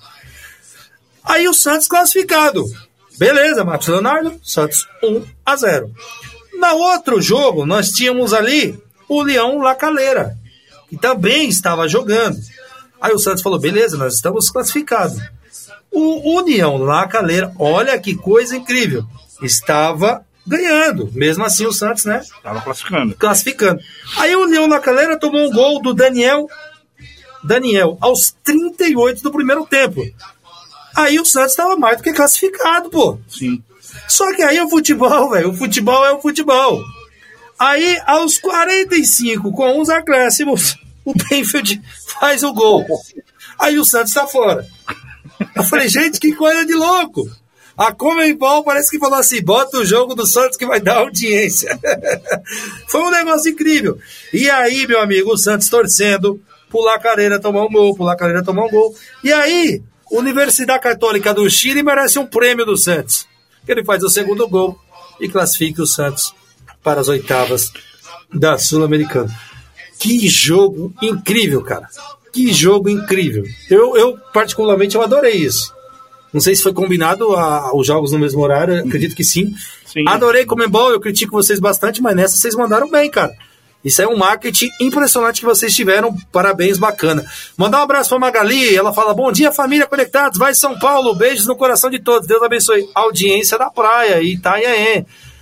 Aí o Santos classificado. Beleza, Marcos Leonardo, Santos um a zero. No outro jogo, nós tínhamos ali o Leão Lacaleira, que também estava jogando. Aí o Santos falou, beleza, nós estamos classificados. O União Lacaleira, olha que coisa incrível, estava ganhando. Mesmo assim o Santos, né? Estava classificando. Classificando. Aí o União Lacaleira tomou um gol do Daniel, Daniel, aos trinta e oito do primeiro tempo. Aí o Santos estava mais do que classificado, pô. Sim. Só que aí o futebol, velho, o futebol é o futebol. Aí, aos quarenta e cinco, com uns acréscimos, o Benfield faz o gol. Aí o Santos tá fora. Eu falei, gente, que coisa de louco. A Conmebol parece que falou assim, bota o jogo do Santos que vai dar audiência. Foi um negócio incrível. E aí, meu amigo, o Santos torcendo, pro Lacaleira tomar um gol, pro Lacaleira tomar um gol. E aí, Universidade Católica do Chile merece um prêmio do Santos. Ele faz o segundo gol e classifica o Santos para as oitavas da Sul-Americana. Que jogo incrível, cara. Que jogo incrível. Eu, eu particularmente, eu adorei isso. Não sei se foi combinado a, os jogos no mesmo horário, acredito que sim. sim. Adorei Conmebol, eu critico vocês bastante, mas nessa vocês mandaram bem, cara. Isso é um marketing impressionante que vocês tiveram, parabéns, bacana. Mandar um abraço pra Magali, ela fala, bom dia família Conectados, vai São Paulo, beijos no coração de todos, Deus abençoe. Audiência da praia, Itanhaém.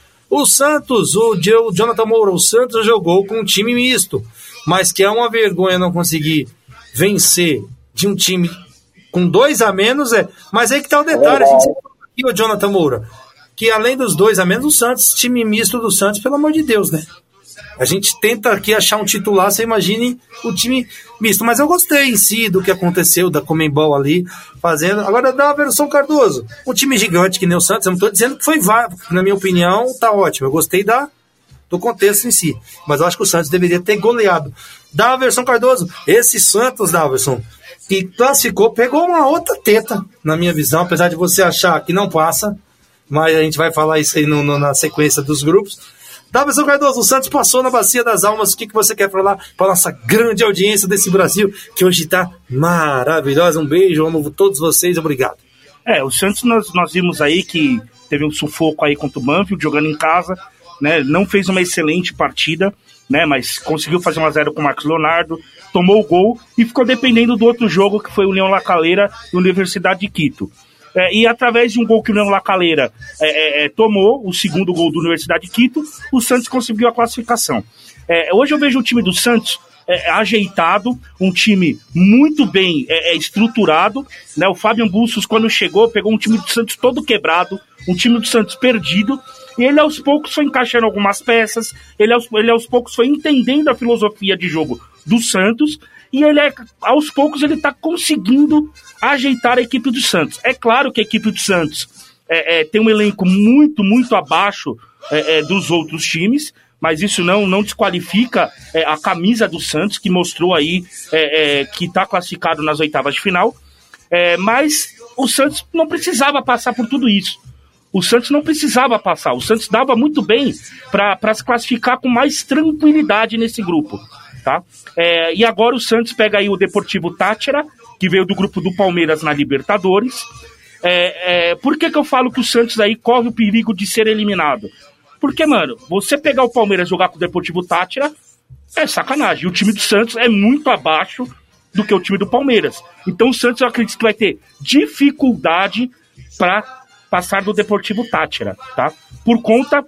O Santos, o Jonathan Moura, o Santos jogou com um time misto, mas que é uma vergonha não conseguir vencer de um time com dois a menos, é. Mas aí que tá o detalhe, a gente aqui, o Jonathan Moura, que além dos dois a menos, o Santos, time misto do Santos, pelo amor de Deus, né? A gente tenta aqui achar um titular, você imagine o time misto. Mas eu gostei em si do que aconteceu, da Conmebol ali, fazendo. Agora dá a versão Cardoso. Um time gigante que nem o Santos, eu não estou dizendo que foi válido, na minha opinião, tá ótimo. Eu gostei da, do contexto em si. Mas eu acho que o Santos deveria ter goleado. Dá a versão Cardoso. Esse Santos, Daverson, que classificou, pegou uma outra teta, na minha visão, apesar de você achar que não passa. Mas a gente vai falar isso aí no, no, na sequência dos grupos. Daverson Cardoso, o Santos passou na Bacia das Almas. O que, que você quer falar para a nossa grande audiência desse Brasil, que hoje está maravilhosa? Um beijo, amo todos vocês, obrigado. É, o Santos, nós, nós vimos aí que teve um sufoco aí contra o Banfield, jogando em casa, né? Não fez uma excelente partida, né? Mas conseguiu fazer um a zero com o Marcos Leonardo, tomou o gol e ficou dependendo do outro jogo, que foi o União Lacaleira e a Universidade de Quito. É, e através de um gol que o União Lacaleira é, é, tomou, o segundo gol da Universidade de Quito, o Santos conseguiu a classificação. É, hoje eu vejo o time do Santos é, ajeitado, um time muito bem é, é, estruturado, né? O Fábio Bustos, quando chegou, pegou um time do Santos todo quebrado, um time do Santos perdido, e ele aos poucos foi encaixando algumas peças, ele aos, ele aos poucos foi entendendo a filosofia de jogo do Santos, e ele é, aos poucos ele está conseguindo ajeitar a equipe do Santos. É claro que a equipe do Santos é, é, tem um elenco muito, muito abaixo é, é, dos outros times, mas isso não, não desqualifica é, a camisa do Santos, que mostrou aí é, é, que está classificado nas oitavas de final, é, mas o Santos não precisava passar por tudo isso. O Santos não precisava passar, o Santos dava muito bem para se classificar com mais tranquilidade nesse grupo. Tá? É, e agora o Santos pega aí o Deportivo Táchira, que veio do grupo do Palmeiras na Libertadores. É, é, por que que eu falo que o Santos aí corre o perigo de ser eliminado? Porque, mano, você pegar o Palmeiras e jogar com o Deportivo Táchira é sacanagem. O time do Santos é muito abaixo do que o time do Palmeiras. Então o Santos, eu acredito que vai ter dificuldade para passar do Deportivo Táchira, tá? Por conta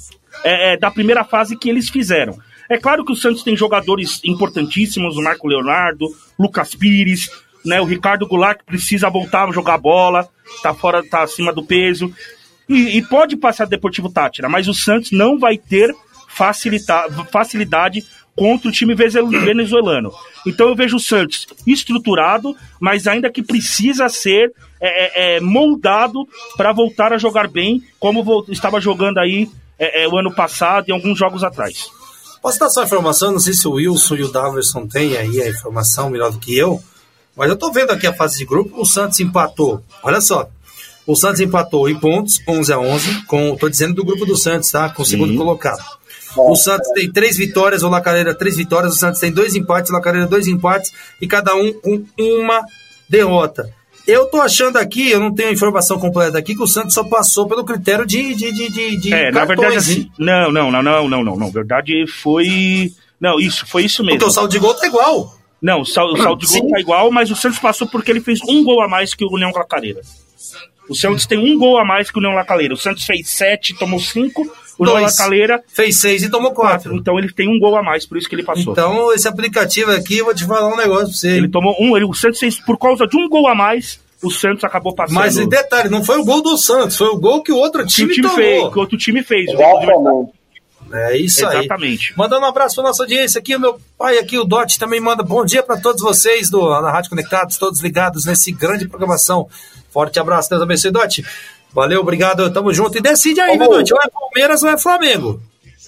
é, da primeira fase que eles fizeram. É claro que o Santos tem jogadores importantíssimos, o Marco Leonardo, Lucas Pires, né, o Ricardo Goulart, que precisa voltar a jogar bola, tá fora, tá acima do peso, e, e pode passar do Deportivo Táchira, mas o Santos não vai ter facilita, facilidade contra o time venezuelano. Então eu vejo o Santos estruturado, mas ainda que precisa ser é, é, moldado para voltar a jogar bem, como estava jogando aí é, é, o ano passado e alguns jogos atrás. Posso dar só a informação? Não sei se o Wilson e o Daverson têm aí a informação melhor do que eu, mas eu tô vendo aqui a fase de grupo. O Santos empatou, olha só, o Santos empatou em pontos, onze a onze, com, tô dizendo do grupo do Santos, tá? Com o segundo Sim. colocado. O Santos tem três vitórias, o Lacaleira três vitórias, o Santos tem dois empates, o Lacaleira dois empates e cada um com uma derrota. Eu tô achando aqui, eu não tenho a informação completa aqui, que o Santos só passou pelo critério de, de, de, de, de É, cartões, na verdade, assim, não, não, não, não, não, não, não, na verdade foi... Não, isso, foi isso mesmo. Porque o saldo de gol tá igual. Não, o saldo, o saldo de gol Sim. tá igual, mas o Santos passou porque ele fez um gol a mais que o União Lacaleira. O Santos tem um gol a mais que o União Lacaleira. O Santos fez sete, tomou cinco. O União Lacaleira fez seis e tomou quatro. Então ele tem um gol a mais, por isso que ele passou. Então esse aplicativo aqui, eu vou te falar um negócio pra você. Ele tomou um, ele, o Santos fez por causa de um gol a mais, o Santos acabou passando. Mas em detalhe, não foi o gol do Santos, foi o gol que o outro time, que o time tomou. fez, que o outro time fez. Exatamente. É isso aí. Exatamente. Mandando um abraço para nossa audiência aqui, o meu pai aqui, o Dote, também manda bom dia para todos vocês do, na Rádio Conectados, todos ligados nesse grande programação. Forte abraço, Deus abençoe, Dote. Valeu, obrigado, tamo junto. E decide aí, meu Dote, ou é Palmeiras ou é Flamengo?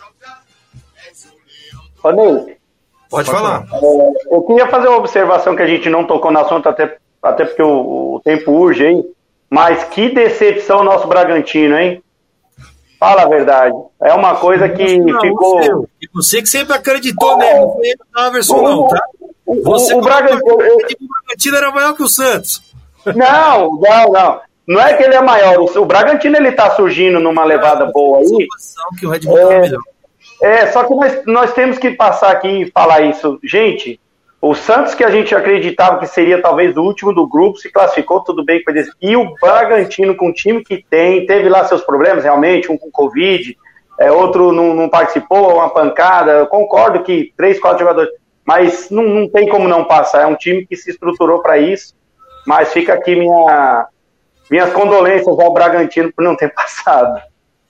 Ô, Ney, Pode falar. É, eu queria fazer uma observação que a gente não tocou no assunto, até, até porque o, o tempo urge, hein? Mas que decepção o nosso Bragantino, hein? Fala a verdade. É uma coisa que não, ficou... Você, você que sempre acreditou nele, não foi ele o Daverson, não, tá? Você o, o, Bragantino, eu... o Bragantino era maior que o Santos. Não, não, não. Não é que ele é maior. O, o Bragantino, ele tá surgindo numa levada boa aí. Que o Red Bull é, tá melhor. É, só que nós, nós temos que passar aqui e falar isso. Gente, o Santos, que a gente acreditava que seria talvez o último do grupo, se classificou, tudo bem com eles. E o Bragantino, com o time que tem, teve lá seus problemas, realmente, um com Covid, é, outro não, não participou, uma pancada. Eu concordo que três, quatro jogadores, mas não, não tem como não passar. É um time que se estruturou para isso, mas fica aqui minha, minhas condolências ao Bragantino por não ter passado.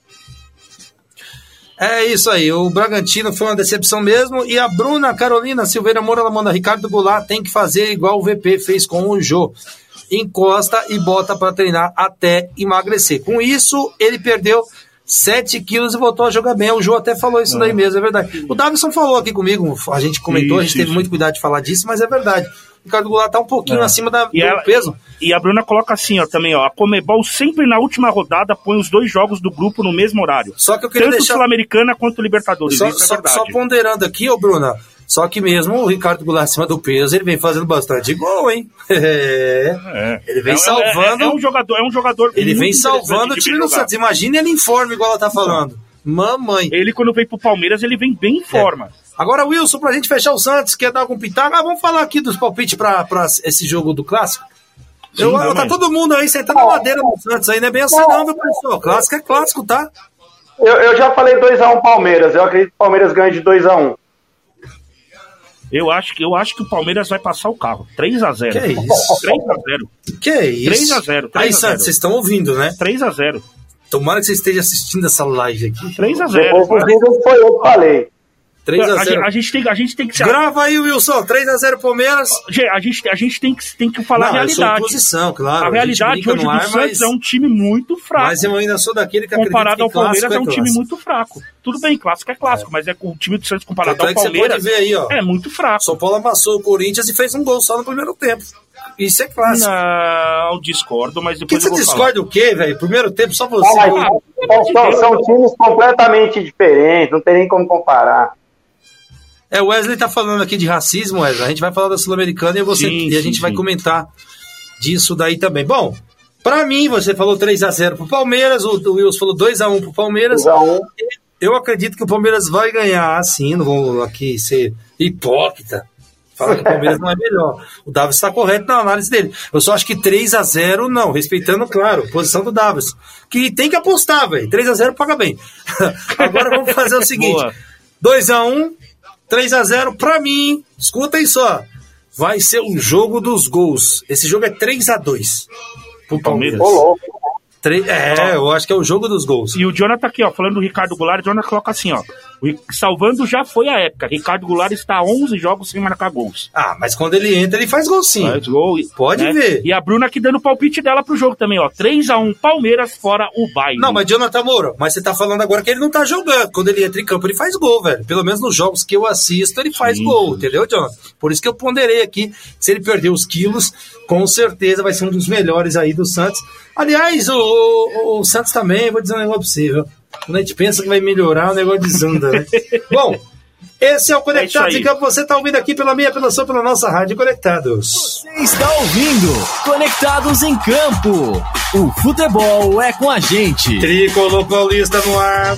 É isso aí, o Bragantino foi uma decepção mesmo, e a Bruna Carolina Silveira Moura, ela manda, Ricardo Goulart tem que fazer igual o V P fez com o Jô, encosta e bota para treinar até emagrecer. Com isso, ele perdeu sete quilos e voltou a jogar bem. O Jô até falou isso é. daí mesmo, é verdade. O Davidson falou aqui comigo, a gente comentou, isso, a gente teve isso. muito cuidado de falar disso, mas é verdade. O Ricardo Goulart tá um pouquinho é. acima da, do ela, peso. E a Bruna coloca assim, ó, também, ó, a Conmebol sempre na última rodada põe os dois jogos do grupo no mesmo horário. Só que eu queria Tanto deixar... Sul-Americana quanto Libertadores, só, isso é só, verdade. Só ponderando aqui, ô Bruna, só que mesmo o Ricardo Goulart acima do peso, ele vem fazendo bastante gol, hein? É. É. Ele vem é, salvando... É, é, um jogador, é um jogador Ele vem salvando o time do Santos. Imagina ele em forma, igual ela tá falando. Mamãe. Ele, quando vem pro Palmeiras, ele vem bem em forma. É. Agora, Wilson, pra gente fechar o Santos, quer dar algum pitaco? Ah, vamos falar aqui dos palpites pra, pra esse jogo do Clássico? Sim, eu, não, tá mas... todo mundo aí sentando a madeira no Santos aí, não é bem assim não, viu, pessoal? Clássico é clássico, tá? Eu, eu já falei dois a um Palmeiras, eu acredito que o Palmeiras ganha de dois a um. Eu acho, que, eu acho que o Palmeiras vai passar o carro. três a zero. Que isso? três a zero. Que isso? três a zero. Aí, Santos, vocês estão ouvindo, né? três a zero. Tomara que você esteja assistindo essa live aqui. três a zero. Depois do foi eu que falei. três a zero. A, a, gente tem, a gente tem que... Grava aí, Wilson. três a zero Palmeiras. A gente, a gente tem, que, tem que falar não, a realidade. Eu posição, claro. A realidade a hoje do ar, Santos mas... é um time muito fraco. Mas eu ainda sou daquele que comparado acredita que ao Palmeiras é, é um clássico. time muito fraco. Tudo bem, clássico é clássico, é. mas é o time do Santos comparado Tanto ao é Palmeiras você pode ver aí, ó. é muito fraco. São Paulo amassou o Corinthians e fez um gol só no primeiro tempo. Isso é clássico. Não, discordo, mas depois que eu você vou discorda falar. o quê, velho? Primeiro tempo só você. Ah, mas, são, são times completamente diferentes, não tem nem como comparar. É, o Wesley tá falando aqui de racismo, Wesley. A gente vai falar da Sul-Americana e, você, sim, e a gente sim, vai sim. comentar disso daí também. Bom, pra mim, você falou três a zero pro Palmeiras, o, o Wilson falou dois a um pro Palmeiras. dois a um. Eu acredito que o Palmeiras vai ganhar, assim, não vou aqui ser hipócrita. Fala que o Palmeiras não é melhor. O Davis está correto na análise dele. Eu só acho que três a zero não, respeitando, claro, a posição do Davis. Que tem que apostar, velho. três a zero paga bem. Agora vamos fazer o seguinte: dois a um, três a zero, pra mim, escuta aí só. Vai ser o jogo dos gols. Esse jogo é três a dois pro Palmeiras. Olô. É, eu acho que é o jogo dos gols. E o Jonathan aqui, ó, falando do Ricardo Goulart, o Jonathan coloca assim, ó. Salvando já foi a época. Ricardo Goulart está a onze jogos sem marcar gols. Ah, mas quando ele entra, ele faz gol sim. Faz gol. Pode né? ver. E a Bruna aqui dando o palpite dela pro jogo também, ó. três a um Palmeiras fora o baile. Não, mas Jonathan Moura, mas você tá falando agora que ele não tá jogando. Quando ele entra em campo, ele faz gol, velho. Pelo menos nos jogos que eu assisto, ele faz sim, gol, entendeu, Jonathan? Por isso que eu ponderei aqui, se ele perder os quilos, com certeza vai ser um dos melhores aí do Santos. Aliás, o, o, o Santos também, vou dizer um negócio pra você, viu? Quando a gente pensa que vai melhorar, o negócio desanda, né? Bom, esse é o Conectados é em Campo. Você está ouvindo aqui pela minha apelação, pela nossa Rádio Conectados. Você está ouvindo Conectados em Campo. O futebol é com a gente. Tricolor Paulista no ar.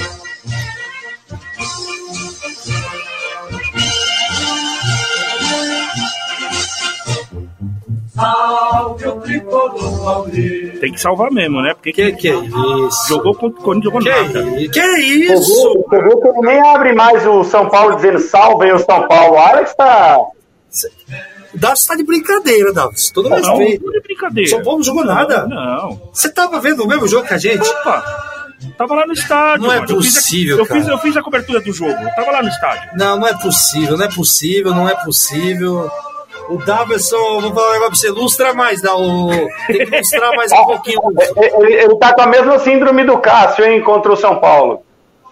Salve o tricolor paulista. Tem que salvar mesmo, né? Porque Que que é isso? jogou quando jogou Que, nada. que isso? Você viu que ele nem abre mais o São Paulo dizendo salve o São Paulo. O Alex tá... O Davis tá de brincadeira, Davis. Todo Não, respeito. não é brincadeira. São Paulo não jogou nada. Não. Você tava vendo o mesmo jogo que a gente? Opa, tava lá no estádio. Não é mano. Eu fiz a- possível, eu fiz, cara. eu fiz a cobertura do jogo. Eu tava lá no estádio. Não, não é possível, não é possível, não é possível. O Davidson, vou falar um negócio pra você, lustra mais, dá o... tem que mostrar mais um pouquinho. Ele, ele tá com a mesma síndrome do Cássio, hein, contra o São Paulo.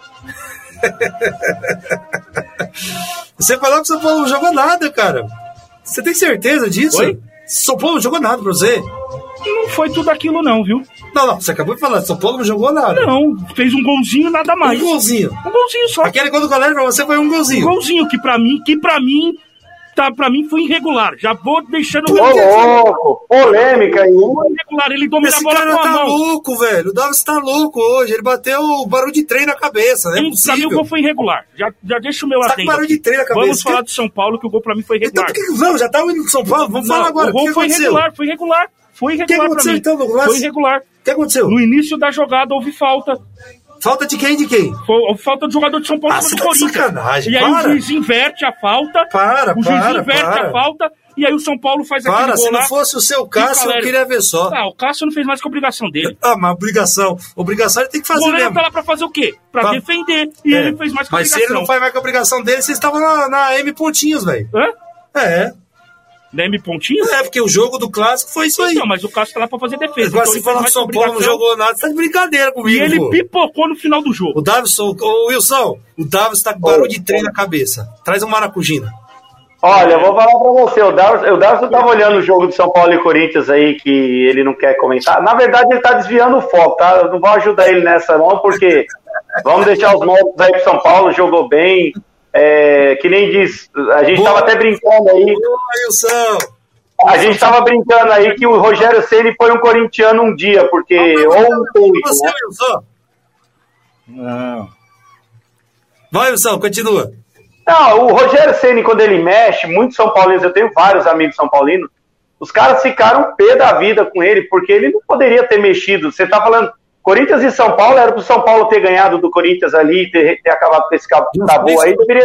Você falou que o São Paulo não jogou nada, cara. Você tem certeza disso? Oi? São Paulo não jogou nada pra você? Não foi tudo aquilo não, viu? Não, não, você acabou de falar, São Paulo não jogou nada. Não, fez um golzinho, nada mais. Um golzinho. Um golzinho só. Aquele gol do goleiro pra você foi um Um golzinho. golzinho que pra mim, que pra mim, tá, pra mim foi irregular. Já vou deixando... Ô, louco, polêmica aí. Foi irregular, ele domina a Esse bola cara com a tá mão. louco, velho. O Davis tá louco hoje. Ele bateu o barulho de trem na cabeça, né? Pra mim o gol foi irregular. Já, já deixa o meu Tá com adendo barulho aqui. de trem na cabeça. Vamos falar de São Paulo, que o gol pra mim foi Então, irregular. por que... Não, já tá indo de São Paulo. Vamos Não, falar agora. o gol o que foi aconteceu? irregular, foi irregular. Foi irregular pra aconteceu, mim. então, Douglas? Foi irregular. O que aconteceu? No início da jogada houve falta. Falta de quem? De quem? Foi falta do jogador de São Paulo Ah, contra você o tá de Corinthians. sacanagem, E aí para. o juiz inverte a falta. Para, O juiz para, inverte para. a falta. E aí o São Paulo faz aquele Para, gol se não lá. fosse o seu Cássio, eu Galera. queria ver só. Ah, o Cássio não fez mais que a obrigação dele. Ah, mas obrigação. Obrigação ele tem que O fazer goleiro mesmo. tá lá pra fazer o quê? Pra Pra- defender. E É. ele fez mais que a Mas se obrigação. ele não faz mais que a obrigação dele, vocês estavam na, na M pontinhos, velho. Hã? É. Da M pontinho? É, porque o jogo do clássico foi isso aí. Não, mas o Cássio tá lá pra fazer defesa. Agora então você ele fez fala que o mais São que Paulo não obrigação. jogou nada, você tá de brincadeira E comigo, ele pô. pipocou no final do jogo. O Davidson, o Wilson, o Davidson tá com barulho de trem na cabeça. Traz um maracujina. Olha, eu vou falar pra você, o Darwin, o Darwin tava olhando o jogo de São Paulo e Corinthians aí, que ele não quer comentar. Na verdade, ele tá desviando o foco, tá? Eu não vou ajudar ele nessa não, porque vamos deixar os méritos aí pro São Paulo, jogou bem. É, que nem diz, a gente Boa. tava até brincando aí, Ô, Wilson. a gente tava brincando aí que o Rogério Ceni foi um corintiano um dia, porque ou um técnico, Você, né? Wilson. Não. Vai, Wilson, continua. Não, o Rogério Ceni, quando ele mexe, muitos São Paulinos, eu tenho vários amigos São Paulinos, os caras ficaram pé da vida com ele, porque ele não poderia ter mexido. Você tá falando, Corinthians e São Paulo, era pro São Paulo ter ganhado do Corinthians ali, ter, ter acabado com esse cabo- tabu aí, deveria...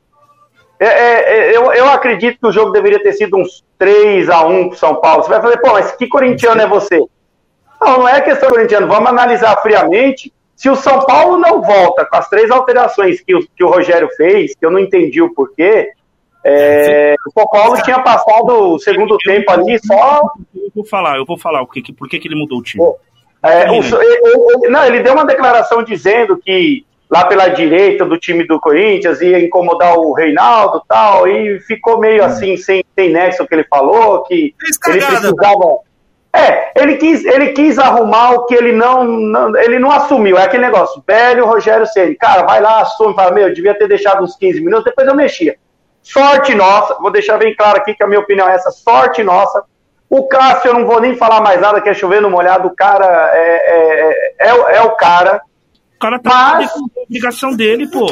É, é, é, eu, eu acredito que o jogo deveria ter sido uns três a um pro São Paulo. Você vai falar, pô, mas que corintiano é você? Não, não é questão de corintiano, vamos analisar friamente. Se o São Paulo não volta com as três alterações que o, que o Rogério fez, que eu não entendi o porquê, é, o São Paulo tinha passado o segundo tempo ali só... Eu vou falar, eu vou falar o que, que- por que, que ele mudou o time. É, o- ele, ele- não, ele deu uma declaração dizendo que lá pela direita do time do Corinthians ia incomodar o Reinaldo e tal, e ficou meio assim, sem, sem nexo o que ele falou, que Fez ele cagada. precisava... É, ele quis, ele quis arrumar o que ele não, não- ele não assumiu, é aquele negócio, velho Rogério Ceni, cara, vai lá, assume, fala, meu, eu devia ter deixado uns quinze minutos, depois eu mexia. Sorte nossa, vou deixar bem claro aqui que a minha opinião é essa, sorte nossa. O Cássio, eu não vou nem falar mais nada, que é chover no molhado, o cara é, é, é, é, o- é o cara. O cara tá Mas- fazendo a obrigação dele, pô.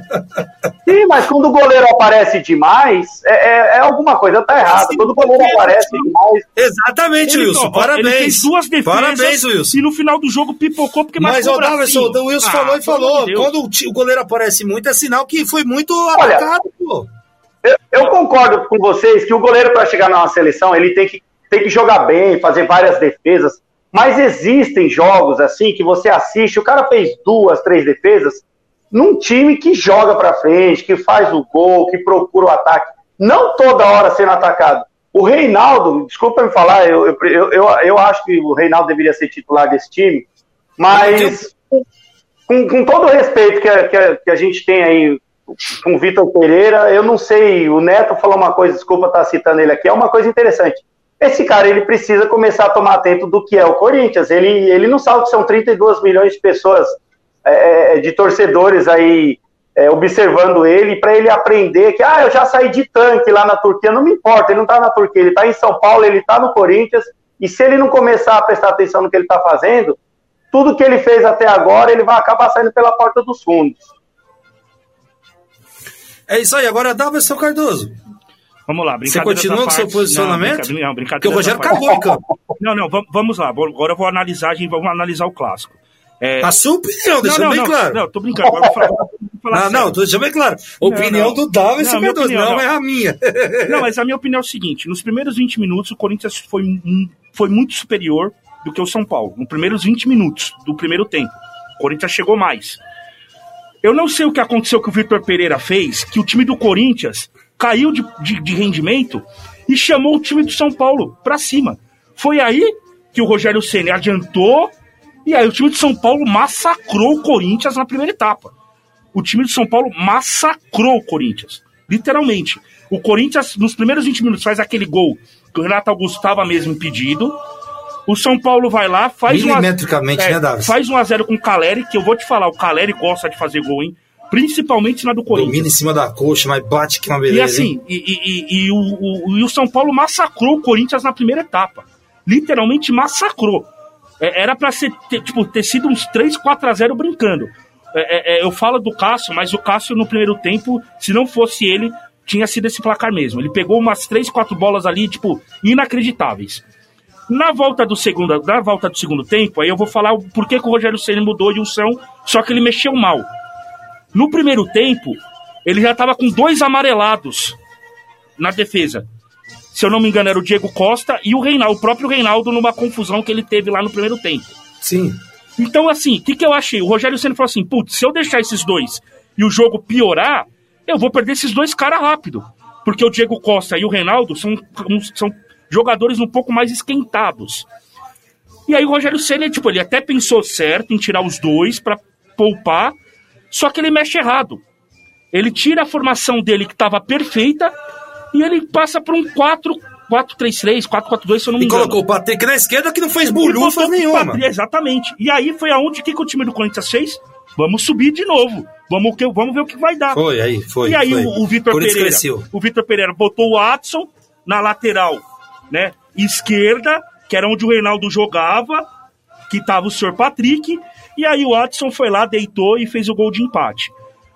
Sim, mas quando o goleiro aparece demais, é, é, é alguma coisa tá errada. Quando o goleiro aparece demais... Exatamente, Ele, Wilson. ó, Parabéns. Ele fez duas defesas. Parabéns, Wilson. E no final do jogo pipocou porque Mas marcou o o bracinho. Davidson, o Wilson Ah, falou e pelo amor falou. de Deus. Quando o, ti- o goleiro aparece muito, é sinal que foi muito Olha, atacado, pô. Eu, eu concordo com vocês que o goleiro, para chegar numa seleção, ele tem que, tem que jogar bem, fazer várias defesas. Mas existem jogos assim que você assiste, o cara fez duas, três defesas, num time que joga pra frente, que faz o gol, que procura o ataque. Não toda hora sendo atacado. O Reinaldo, desculpa me falar, eu, eu, eu, eu acho que o Reinaldo deveria ser titular desse time, mas com, com todo o respeito que a, que, a, que a gente tem aí com o Vitor Pereira, eu não sei, o Neto falou uma coisa, desculpa estar citando ele aqui, é uma coisa interessante. Esse cara, ele precisa começar a tomar atento do que é o Corinthians. Ele, ele não sabe que são trinta e dois milhões de pessoas é, de torcedores aí é, observando ele, para ele aprender que, ah, eu já saí de tanque lá na Turquia, não me importa, ele não tá na Turquia, ele tá em São Paulo, ele tá no Corinthians, e se ele não começar a prestar atenção no que ele tá fazendo, tudo que ele fez até agora, ele vai acabar saindo pela porta dos fundos. É isso aí, agora dá o seu Cardoso. Vamos lá, brincadeira. Você continua com o seu posicionamento? Não, brincadeira. Porque o Rogério cagou em campo. Não, não, vamos lá. Agora eu vou analisar, vamos analisar o clássico. É... A sua opinião, deixa não, não, bem não, claro. Não, tô brincando. Agora eu vou falar, vou falar não, não, tô deixando bem claro. Opinião não, não. do Daverson Cardoso, opinião, não, não é a minha. Não, mas a minha opinião é o seguinte: nos primeiros vinte minutos, o Corinthians foi, foi muito superior do que o São Paulo. Nos primeiros vinte minutos do primeiro tempo. O Corinthians chegou mais. Eu não sei o que aconteceu que o Vitor Pereira fez, que o time do Corinthians caiu de, de, de rendimento e chamou o time do São Paulo pra cima. Foi aí que o Rogério Ceni adiantou e aí o time de São Paulo massacrou o Corinthians na primeira etapa. O time de São Paulo massacrou o Corinthians, literalmente. O Corinthians, nos primeiros vinte minutos, faz aquele gol que o Renato Augusto estava mesmo impedido. O São Paulo vai lá, faz milimetricamente, um, né, Davi? Faz um a zero com o Caleri, que eu vou te falar, o Caleri gosta de fazer gol, hein? Principalmente na do Corinthians. Domina em cima da coxa, mas bate que uma beleza. E assim, e, e, e, e, o, o, e o São Paulo massacrou o Corinthians na primeira etapa. Literalmente massacrou. É, era pra ser, ter, tipo, ter sido uns três, quatro a zero brincando. É, é, eu falo do Cássio, mas o Cássio no primeiro tempo, se não fosse ele, tinha sido esse placar mesmo. Ele pegou umas três, quatro bolas ali, tipo, inacreditáveis. Na volta do segundo, na volta do segundo tempo, aí eu vou falar o porquê que o Rogério Ceni mudou de unção, só que ele mexeu mal. No primeiro tempo, ele já estava com dois amarelados na defesa. Se eu não me engano, era o Diego Costa e o Reinaldo, o próprio Reinaldo, numa confusão que ele teve lá no primeiro tempo. Sim. Então, assim, o que, que eu achei? O Rogério Ceni falou assim, putz, se eu deixar esses dois e o jogo piorar, eu vou perder esses dois caras rápido. Porque o Diego Costa e o Reinaldo são... são jogadores um pouco mais esquentados. E aí o Rogério Ceni, tipo, ele até pensou certo em tirar os dois pra poupar, só que ele mexe errado. Ele tira a formação dele que estava perfeita e ele passa para um quatro três três, quatro quatro dois, se eu não me engano. E colocou o Patrick na esquerda que não fez bolhufas nenhuma. Patrick, exatamente. E aí foi aonde que, que o time do Corinthians fez? Vamos subir de novo. Vamos, vamos ver o que vai dar. Foi, aí, foi. E aí foi. o, o Vitor Pereira, cresceu. o Vitor Pereira botou o Adson na lateral, né, esquerda, que era onde o Reinaldo jogava, que tava o senhor Patrick, e aí o Adson foi lá, deitou e fez o gol de empate.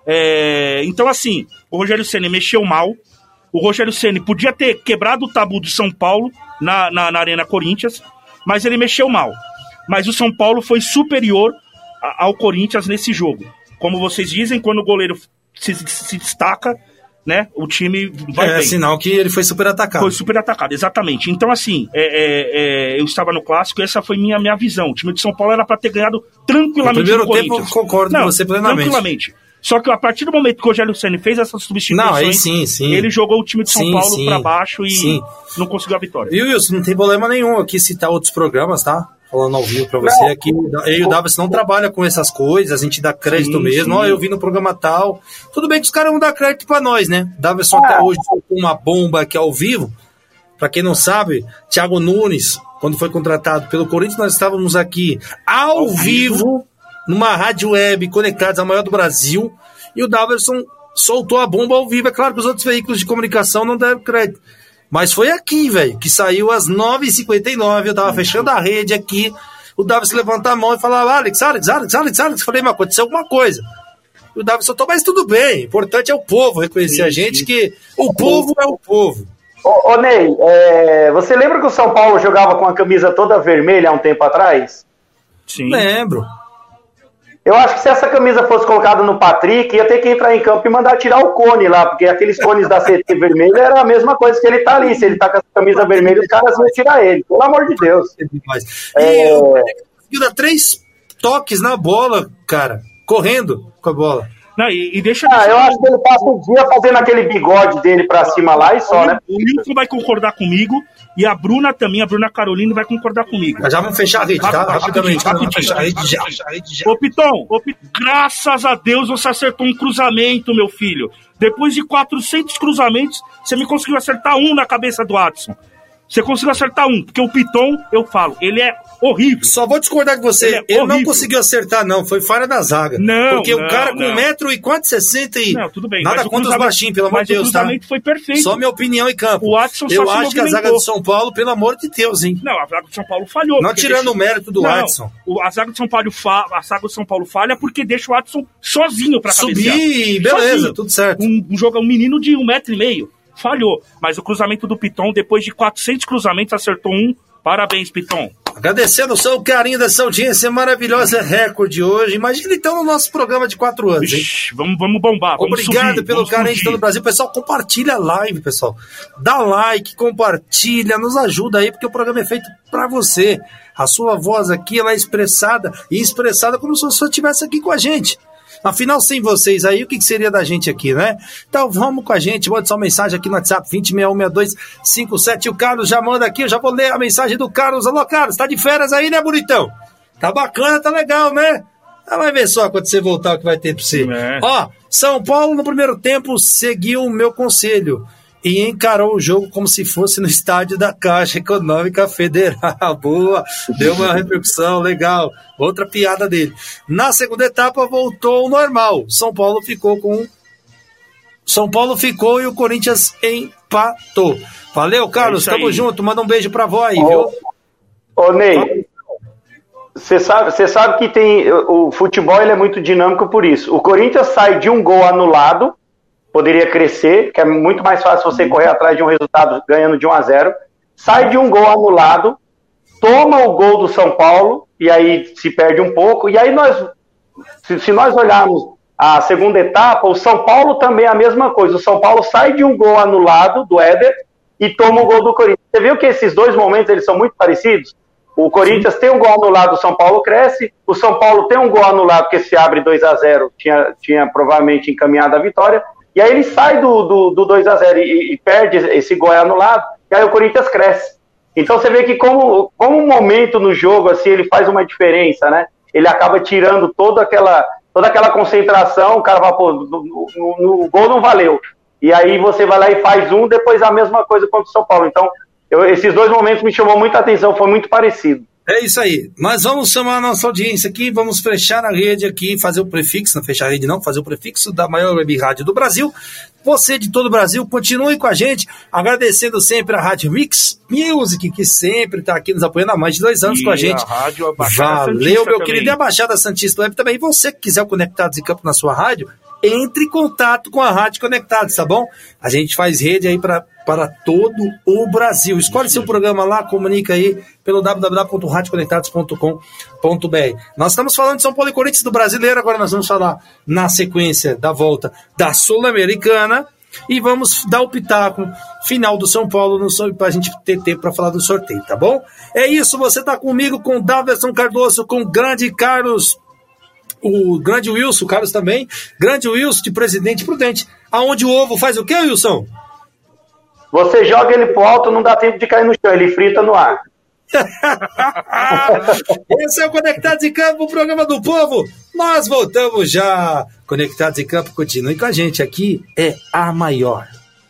É, então, assim, o Rogério Ceni mexeu mal. O Rogério Ceni podia ter quebrado o tabu do São Paulo na, na, na Arena Corinthians, mas ele mexeu mal. Mas o São Paulo foi superior a, ao Corinthians nesse jogo. Como vocês dizem, quando o goleiro se, se destaca, né, o time vai é, bem. É sinal que ele foi super atacado. Foi super atacado, exatamente. Então, assim, é, é, é, eu estava no Clássico e essa foi minha, minha visão. O time de São Paulo era para ter ganhado tranquilamente. No primeiro tempo, eu concordo Não, com você plenamente. Tranquilamente. Só que a partir do momento que o Rogério Ceni fez essas substituições, não, aí sim, sim. ele jogou o time de São sim, Paulo para baixo e sim. não conseguiu a vitória. E Wilson, não tem problema nenhum aqui citar outros programas, tá? Falando ao vivo pra você aqui. Eu e o Davis não trabalha com essas coisas, a gente dá crédito sim, mesmo. Ó, eu vi no programa tal. Tudo bem que os caras vão dar crédito pra nós, né? Davis até hoje soltou uma bomba aqui ao vivo. Pra quem não sabe, Thiago Nunes, quando foi contratado pelo Corinthians, nós estávamos aqui ao, ao vivo, vivo, numa rádio web conectados, a maior do Brasil. E o Daverson soltou a bomba ao vivo. É claro que os outros veículos de comunicação não deram crédito. Mas foi aqui, velho, que saiu às nove e cinquenta e nove. Eu tava fechando a rede aqui. O Daverson levanta a mão e falava: Alex, Alex, Alex, Alex, Alex. Eu falei, mas aconteceu alguma coisa. E o Daverson soltou, mas tudo bem. O importante é o povo reconhecer sim, a gente, sim. que o povo é o povo. Ô, ô Ney, é, você lembra que o São Paulo jogava com a camisa toda vermelha há um tempo atrás? Sim. Lembro. Eu acho que se essa camisa fosse colocada no Patrick, ia ter que entrar em campo e mandar tirar o cone lá, porque aqueles cones da C T vermelha era a mesma coisa que ele tá ali. Se ele tá com essa camisa vermelha, os caras vão tirar ele, pelo amor de Deus. É... E o Patrick conseguiu dar três toques na bola, cara, correndo com a bola. Não, e, e deixa ah, eu acho que ele passa o dia fazendo aquele bigode dele pra cima lá e só, né? O Wilson vai concordar comigo e a Bruna também, a Bruna Carolina vai concordar comigo. Já vamos fechar a rede, tá? Rapidamente, rapidinho, fechar a rede já. Ô, Piton, ô, Piton, graças a Deus você acertou um cruzamento, meu filho. Depois de quatrocentos cruzamentos, você me conseguiu acertar um na cabeça do Adson. Você conseguiu acertar um, porque o Piton, eu falo, ele é horrível. Só vou discordar com você, ele, é ele não conseguiu acertar não, foi falha da zaga. Não, Porque não, o cara não. com um metro e quase sessenta e... Não, tudo bem. Nada contra os baixinhos, pelo amor de Deus, tá? o cruzamento foi perfeito. Só minha opinião em campo. O Watson só Eu se acho que a zaga de São Paulo, pelo amor de Deus, hein? Não, a zaga de São Paulo falhou. Não tirando deixa... o mérito do Watson. A zaga de São Paulo fa... a zaga de São Paulo falha porque deixa o Watson sozinho pra cabecear. Subir, beleza, sozinho. Tudo certo. Um, um, jogo, um menino de um metro e meio. Falhou. Mas o cruzamento do Piton, depois de quatrocentos cruzamentos, acertou um. Parabéns, Piton. Agradecendo o seu carinho dessa audiência maravilhosa, recorde hoje. Imagina então no nosso programa de quatro anos, hein? Ixi, vamos, vamos bombar, vamos Obrigado subir, pelo vamos carinho de todo o Brasil. Pessoal, compartilha a live, pessoal. Dá like, compartilha, nos ajuda aí, porque o programa é feito pra você. A sua voz aqui, ela é expressada, e expressada como se você estivesse aqui com a gente. Afinal, sem vocês aí, o que seria da gente aqui, né? Então vamos com a gente, manda sua mensagem aqui no WhatsApp vinte, sessenta e um, sessenta e dois, cinquenta e sete. O Carlos já manda aqui, eu já vou ler a mensagem do Carlos. Alô, Carlos, tá de férias aí, né, bonitão? Tá bacana, tá legal, né? Ah, vai ver só quando você voltar o que vai ter pra você. É. Ó, São Paulo no primeiro tempo seguiu o meu conselho e encarou o jogo como se fosse no estádio da Caixa Econômica Federal. Boa, deu uma repercussão, legal. Outra piada dele. Na segunda etapa voltou ao normal. São Paulo ficou com... São Paulo ficou e o Corinthians empatou. Valeu, Carlos, é tamo junto. Manda um beijo pra avó aí, ô, viu? Ô, Ney, você sabe, você sabe que tem... O futebol ele é muito dinâmico por isso. O Corinthians sai de um gol anulado, poderia crescer, que é muito mais fácil você correr atrás de um resultado ganhando de um a zero, sai de um gol anulado, toma o gol do São Paulo, e aí se perde um pouco, e aí nós, se, se nós olharmos a segunda etapa, o São Paulo também é a mesma coisa, o São Paulo sai de um gol anulado do Éder, e toma o gol do Corinthians. Você viu que esses dois momentos eles são muito parecidos? O Corinthians Sim. tem um gol anulado, o São Paulo cresce, o São Paulo tem um gol anulado, porque se abre dois a zero, tinha, tinha provavelmente encaminhado a vitória, e aí ele sai do, do, do dois a zero e, e perde esse gol anulado, e aí o Corinthians cresce. Então você vê que como, como um momento no jogo, assim, ele faz uma diferença, né? Ele acaba tirando toda aquela, toda aquela concentração, o cara vai, pô, no, no, no gol não valeu. E aí você vai lá e faz um, depois a mesma coisa contra o São Paulo. Então, eu, esses dois momentos me chamou muita atenção, foi muito parecido. É isso aí, mas vamos chamar a nossa audiência aqui, vamos fechar a rede aqui, fazer o prefixo, não fechar a rede não, fazer o prefixo da maior web rádio do Brasil. Você de todo o Brasil, continue com a gente, agradecendo sempre a Rádio Mix Music, que sempre está aqui nos apoiando há mais de dois anos e com a gente. A rádio, a Valeu, meu também. Querido, e a Baixada Santista Web também. Você que quiser o Conectados em Campo na sua rádio, entre em contato com a Rádio Conectados, tá bom? A gente faz rede aí para para todo o Brasil. Escolhe seu programa lá, comunica aí pelo w w w ponto rádio conectados ponto com ponto b r. Nós estamos falando de São Paulo e Corinthians do Brasileiro, agora nós vamos falar na sequência da volta da Sul-Americana e vamos dar o pitaco final do São Paulo para a gente ter tempo para falar do sorteio, tá bom? É isso, você está comigo com Daverson Cardoso, com o grande Carlos, o grande Wilson, Carlos também, grande Wilson de Presidente Prudente, aonde o ovo faz o quê, Wilson? Você joga ele pro alto, não dá tempo de cair no chão, ele frita no ar. Esse é o Conectados em Campo, o programa do povo. Nós voltamos já. Conectados em Campo, continue com a gente. Aqui é a maior.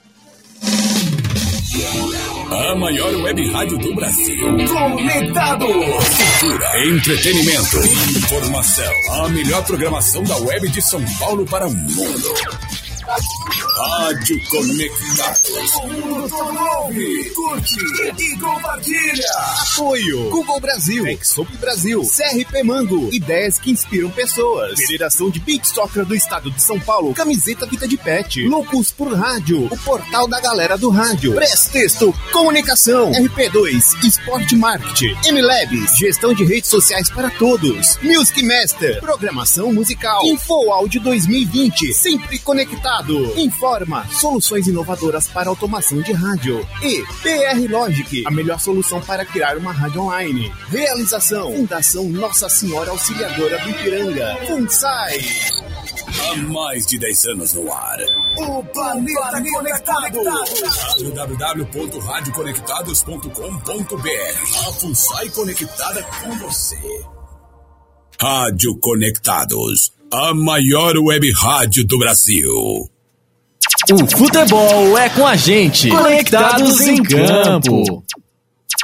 A maior web rádio do Brasil. Conectado. Cultura, entretenimento, informação. A melhor programação da web de São Paulo para o mundo. Rádio Conectados. O mundo todo ouve, curte e compartilha. Apoio Google Brasil, Exop Brasil, C R P Mango, ideias que inspiram pessoas. Federação de Beach Soccer do Estado de São Paulo, camiseta Vida de Pet. Loucos por Rádio, o portal da galera do rádio. Prestexto, comunicação. R P dois, Esporte Marketing. M-Labs, gestão de redes sociais para todos. Music Master, programação musical. Info Áudio dois mil e vinte, sempre conectado. Informa, soluções inovadoras para automação de rádio. E P R Logic, a melhor solução para criar uma rádio online. Realização, Fundação Nossa Senhora Auxiliadora do Ipiranga. FUNSAI. Há mais de dez anos no ar. O Planeta Conectado. w w w ponto rádio conectados ponto com ponto b r. A FUNSAI conectada com você. Rádio Conectados, a maior web rádio do Brasil. O futebol é com a gente. Conectados em Campo.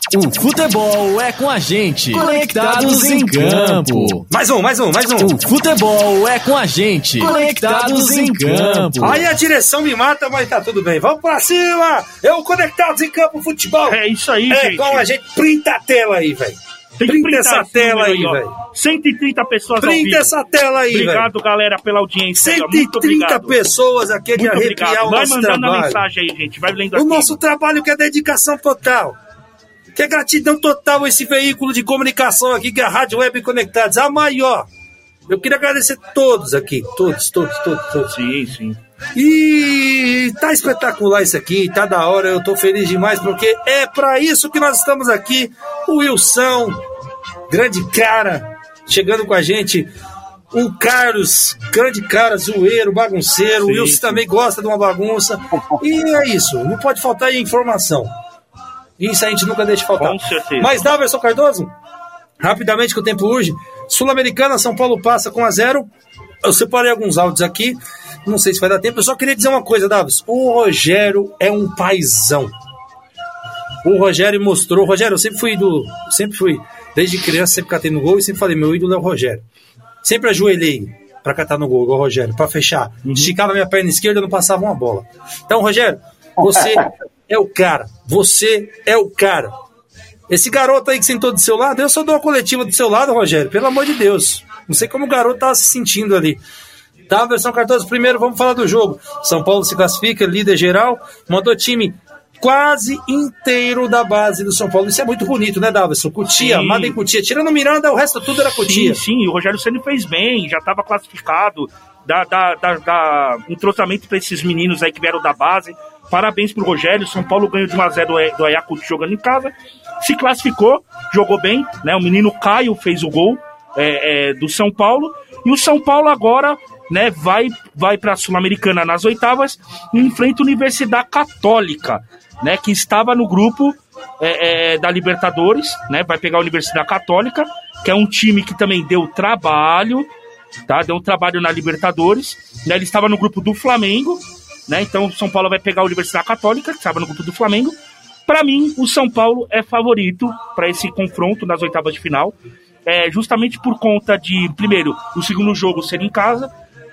O futebol é com a gente. Conectados em campo. Mais um, mais um, mais um. O futebol é com a gente. Conectados em campo. Aí a direção me mata, mas tá tudo bem. Vamos pra cima. É o Conectados em Campo Futebol. É isso aí, é, gente. É com a gente. Printa a tela aí, velho. Printa essa tela aí, velho. cento e trinta pessoas Printa ao vivo. essa tela aí, velho. Obrigado, véio. galera, pela audiência. cento e trinta pessoas aqui de arrepiar o Vai nosso mandando trabalho. a mensagem aí, gente. Vai lendo O aqui. nosso trabalho que é dedicação total. Que é gratidão total esse veículo de comunicação aqui, que é a Rádio Web Conectados, a maior. Eu queria agradecer todos aqui, todos, todos, todos, todos. Sim, sim. E tá espetacular isso aqui, tá da hora, eu tô feliz demais, porque é pra isso que nós estamos aqui. O Wilson, grande cara, chegando com a gente. O Carlos, grande cara, zoeiro, bagunceiro. Sim, o Wilson sim. também gosta de uma bagunça. E é isso, não pode faltar informação. Isso a gente nunca deixa de faltar. Com certeza. Mas, Daverson Cardoso, rapidamente que o tempo urge. Sul-Americana, São Paulo passa com um a zero. Eu separei alguns áudios aqui. Não sei se vai dar tempo. Eu só queria dizer uma coisa, Daverson. O Rogério é um paizão. O Rogério mostrou. Rogério, eu sempre fui do. Sempre fui. Desde criança, sempre catei no gol e sempre falei: meu ídolo é o Rogério. Sempre ajoelhei pra catar no gol, igual o Rogério, pra fechar. Uhum. Esticava minha perna esquerda e não passava uma bola. Então, Rogério, você. É o cara, você é o cara. Esse garoto aí que sentou do seu lado, eu só dou uma coletiva do seu lado, Rogério, pelo amor de Deus. Não sei como o garoto tava se sentindo ali. Tá, versão Cardoso, primeiro vamos falar do jogo. São Paulo se classifica, líder geral, mandou time quase inteiro da base do São Paulo. Isso é muito bonito, né, Davidson? Cutia, Madem Cutia. Tirando o Miranda, o resto tudo era Cutia. Sim, sim, o Rogério Ceni fez bem, já estava classificado, dá, dá, dá, dá entrosamento para esses meninos aí que vieram da base. Parabéns pro Rogério, São Paulo ganhou de um a zero do Ayacucho jogando em casa, se classificou, jogou bem, né? O menino Caio fez o gol é, é, do São Paulo, e o São Paulo agora, né, vai, vai para a Sul-Americana nas oitavas e enfrenta a Universidade Católica, né, que estava no grupo é, é, da Libertadores, né? Vai pegar a Universidade Católica, que é um time que também deu trabalho, tá? Deu um trabalho na Libertadores, né? Ele estava no grupo do Flamengo, né? Então o São Paulo vai pegar a Universidade Católica, que estava no grupo do Flamengo. Para mim, o São Paulo é favorito para esse confronto nas oitavas de final, é, justamente por conta de, primeiro, o segundo jogo ser em casa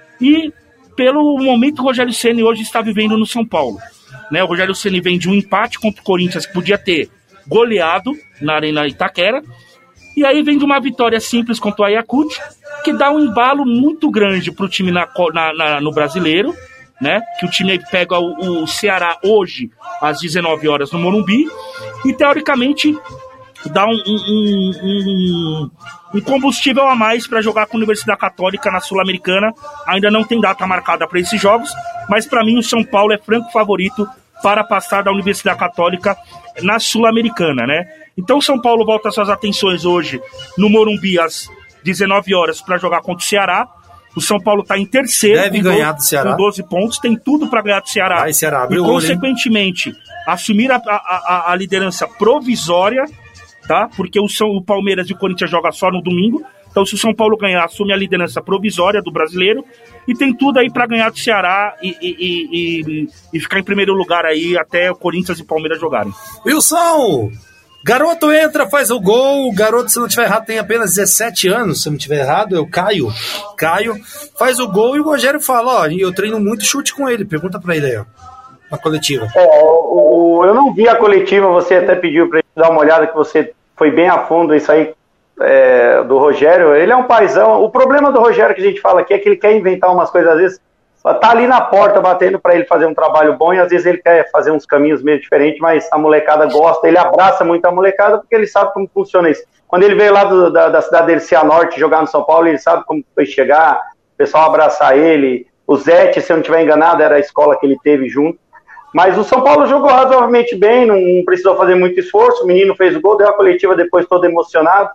e pelo momento que o Rogério Ceni hoje está vivendo no São Paulo, né? O Rogério Ceni vem de um empate contra o Corinthians que podia ter goleado na Arena Itaquera, e aí vem de uma vitória simples contra o Ayacucho, que dá um embalo muito grande para o time na, na, na, no Brasileiro, né? Que o time pega o, o Ceará hoje às dezenove horas no Morumbi e teoricamente dá um, um, um, um combustível a mais para jogar com a Universidade Católica na Sul-Americana. Ainda não tem data marcada para esses jogos, mas para mim o São Paulo é franco favorito para passar da Universidade Católica na Sul-Americana, né? Então o São Paulo volta suas atenções hoje no Morumbi às dezenove horas para jogar contra o Ceará. O São Paulo está em terceiro, Deve ganhar do Ceará. com doze pontos, tem tudo para ganhar do Ceará. Vai, Ceará, abriu e, o olho, consequentemente, hein? assumir a, a, a liderança provisória, tá? Porque o, São, o Palmeiras e o Corinthians jogam só no domingo. Então, se o São Paulo ganhar, assume a liderança provisória do brasileiro e tem tudo aí para ganhar do Ceará e, e, e, e, e ficar em primeiro lugar aí até o Corinthians e o Palmeiras jogarem. Wilson! Garoto entra, faz o gol. O garoto, se não tiver errado, tem apenas dezessete anos. Se eu não tiver errado, é o Caio. Caio faz o gol e o Rogério fala: ó, eu treino muito chute com ele. Pergunta pra ele aí, ó, na coletiva. É, o, o, eu não vi a coletiva, você até pediu pra ele dar uma olhada, que você foi bem a fundo isso aí é, do Rogério. Ele é um paizão. O problema do Rogério que a gente fala aqui é que ele quer inventar umas coisas, às vezes tá ali na porta batendo para ele fazer um trabalho bom, e às vezes ele quer fazer uns caminhos meio diferentes, mas a molecada gosta, ele abraça muito a molecada porque ele sabe como funciona isso. Quando ele veio lá do, da, da cidade dele, Cianorte, jogar no São Paulo, ele sabe como foi chegar, o pessoal abraçar ele. O Zete, se eu não estiver enganado, era a escola que ele teve junto. Mas o São Paulo jogou razoavelmente bem, não precisou fazer muito esforço, o menino fez o gol, deu a coletiva depois todo emocionado.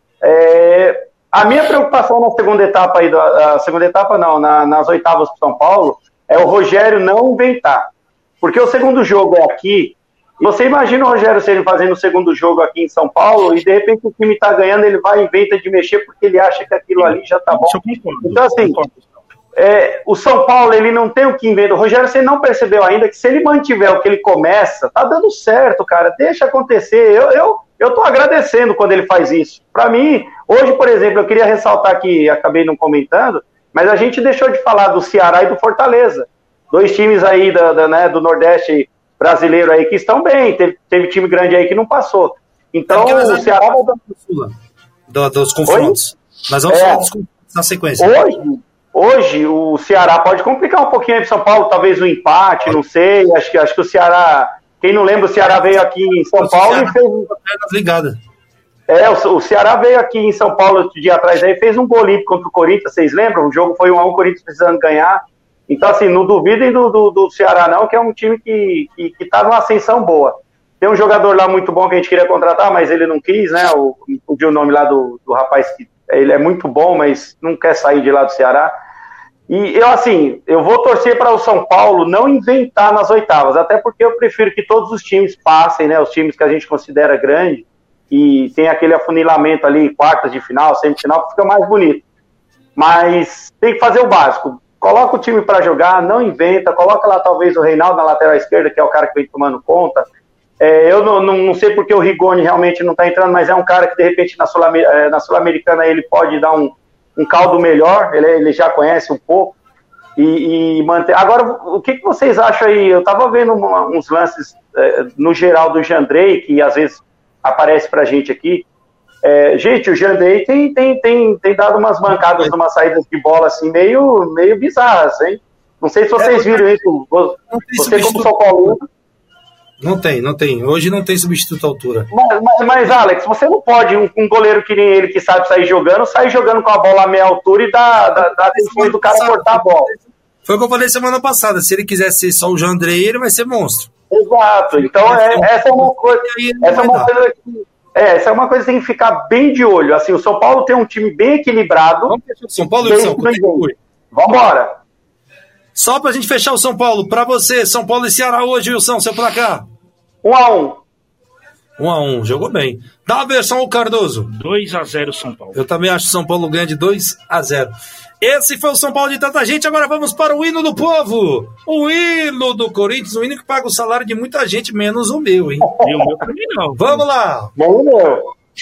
É... A minha preocupação na segunda etapa aí, a segunda etapa não, na, nas oitavas para São Paulo, é o Rogério não inventar. Porque o segundo jogo é aqui, você imagina o Rogério Ceni fazendo o segundo jogo aqui em São Paulo, e de repente o time está ganhando, ele vai e inventa de mexer porque ele acha que aquilo ali já está bom. Então assim, é, o São Paulo, ele não tem o que inventar. O Rogério, você não percebeu ainda que se ele mantiver o que ele começa, tá dando certo, cara. Deixa acontecer. Eu, eu, eu tô agradecendo quando ele faz isso. Para mim, hoje, por exemplo, eu queria ressaltar aqui, acabei não comentando, mas a gente deixou de falar do Ceará e do Fortaleza. Dois times aí da, da, né, do Nordeste brasileiro aí que estão bem. Teve, teve time grande aí que não passou. Então, é o Ceará vai dar... dos confrontos. Oi? Nós vamos é, falar dos confrontos na sequência. Hoje, hoje, o Ceará pode complicar um pouquinho aí pro São Paulo, talvez um empate, não sei. Acho que, acho que o Ceará... Quem não lembra, o Ceará veio aqui em São Paulo e fez... Ligada. É, o, o Ceará veio aqui em São Paulo outro dia atrás aí, fez um gol limpo contra o Corinthians, vocês lembram? O jogo foi um a um, o Corinthians precisando ganhar. Então, assim, não duvidem do, do, do Ceará não, que é um time que, que, que tá numa ascensão boa. Tem um jogador lá muito bom que a gente queria contratar, mas ele não quis, né? O, o nome lá do, do rapaz, que ele é muito bom, mas não quer sair de lá do Ceará. E eu, assim, eu vou torcer para o São Paulo não inventar nas oitavas, até porque eu prefiro que todos os times passem, né? Os times que a gente considera grande, e tem aquele afunilamento ali, quartas de final, semifinal, que fica mais bonito. Mas tem que fazer o básico. Coloca o time para jogar, não inventa, coloca lá talvez o Reinaldo na lateral esquerda, que é o cara que vem tomando conta. É, eu não, não, não sei porque o Rigoni realmente não está entrando, mas é um cara que de repente na, Sul, na Sul-Americana ele pode dar um, um caldo melhor, ele, ele já conhece um pouco e, e manter. Agora, o que, que vocês acham aí? Eu estava vendo uma, uns lances é, no geral do Jandrei, que às vezes aparece pra gente aqui. É, gente, o Jandrei tem, tem, tem, tem dado umas mancadas numa saída de bola assim, meio, meio bizarras, hein? Não sei se vocês viram isso. Você como São Paulo. Não tem, não tem. Hoje não tem substituto à altura. Mas, mas, mas Alex, você não pode, um, um goleiro que nem ele, que sabe sair jogando, sair jogando com a bola a meia altura e dar da condições do cara cortar a bola. Foi o que eu falei semana passada. Se ele quiser ser só o Jandrei, ele vai ser monstro. Exato. Então, é, essa é uma coisa... Essa é uma coisa que... É, essa é uma coisa que tem que ficar bem de olho. Assim, o São Paulo tem um time bem equilibrado. Vamos fechar o São Paulo, Wilson. Vamos embora. Só pra gente fechar o São Paulo, pra você, São Paulo e Ceará hoje, Wilson, seu placar. Um a um. Um a um, jogou bem. Dá a versão ao Cardoso. dois a zero São Paulo. Eu também acho que São Paulo ganha de dois a zero. Esse foi o São Paulo de tanta gente, agora vamos para o hino do povo. O hino do Corinthians, o hino que paga o salário de muita gente, menos o meu, hein? E o meu também não. Vamos lá. Bom, meu.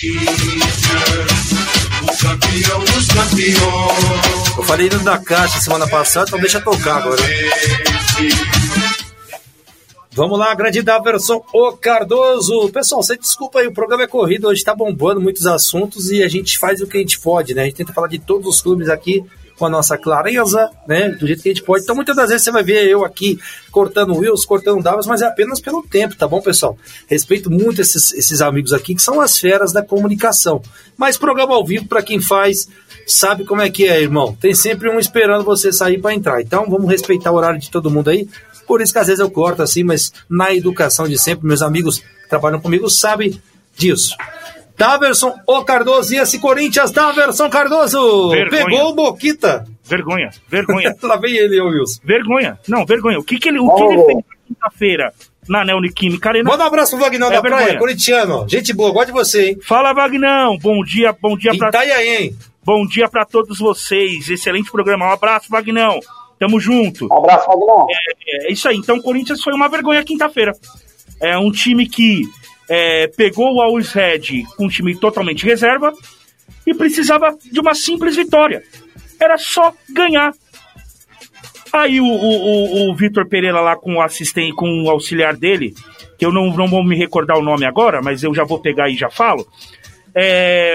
Eu falei hino da Caixa semana passada, então deixa tocar agora. Vamos lá, grande da versão O Cardoso. Pessoal, você desculpa aí, o programa é corrido, hoje tá bombando muitos assuntos e a gente faz o que a gente pode, né? A gente tenta falar de todos os clubes aqui com a nossa clareza, né? Do jeito que a gente pode. Então, muitas das vezes você vai ver eu aqui cortando o Wilson, cortando o Davos, mas é apenas pelo tempo, tá bom, pessoal? Respeito muito esses, esses amigos aqui, que são as feras da comunicação. Mas programa ao vivo, para quem faz, sabe como é que é, irmão. Tem sempre um esperando você sair para entrar. Então, vamos respeitar o horário de todo mundo aí. Por isso que às vezes eu corto assim, mas na educação de sempre, meus amigos que trabalham comigo sabem disso. Daverson, o Cardoso e esse Corinthians, Daverson Cardoso. Vergonha. Pegou o Boquita. Vergonha, vergonha. Lá vem ele, ô Wilson. Vergonha, não, vergonha. O que, que ele, o que ele fez na quinta-feira na Neoquímica Arena? Manda um abraço pro Vagnão é da vergonha. Praia, corintiano. Gente boa, gosto de você, hein? Fala, Vagnão. Bom dia, bom dia pra... Itaiaém, hein? Bom dia pra todos vocês. Excelente programa. Um abraço, Vagnão. Tamo junto. Um abraço, Vagnão. É, é isso aí. Então, o Corinthians foi uma vergonha quinta-feira. É um time que é, pegou o Always Red com um time totalmente reserva e precisava de uma simples vitória. Era só ganhar. Aí o, o, o, o Vitor Pereira lá com o assistente, com o auxiliar dele, que eu não, não vou me recordar o nome agora, mas eu já vou pegar e já falo. É,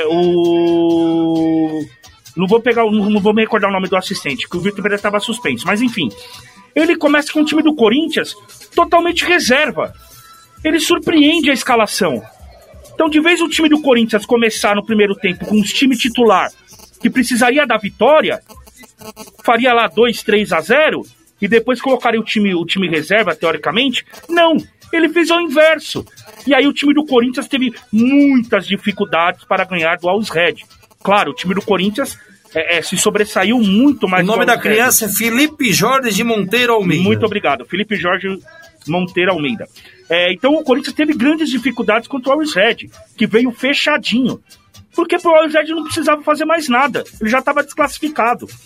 o... Não vou pegar, não vou me recordar o nome do assistente, que o Vitor Pereira estava suspenso. Mas enfim, ele começa com o time do Corinthians totalmente reserva. Ele surpreende a escalação. Então, de vez o time do Corinthians começar no primeiro tempo com os time titular, que precisaria da vitória, faria lá dois, três a zero, e depois colocaria o time, o time reserva, teoricamente. Não, ele fez ao inverso. E aí o time do Corinthians teve muitas dificuldades para ganhar do Always Red. Claro, o time do Corinthians é, é, se sobressaiu muito mais. O nome da criança é Felipe Jorge de Monteiro Almeida. Muito obrigado, Felipe Jorge Monteiro Almeida. É, então o Corinthians teve grandes dificuldades contra o Always Red, que veio fechadinho. Porque pro Always Red não precisava fazer mais nada, ele já estava desclassificado.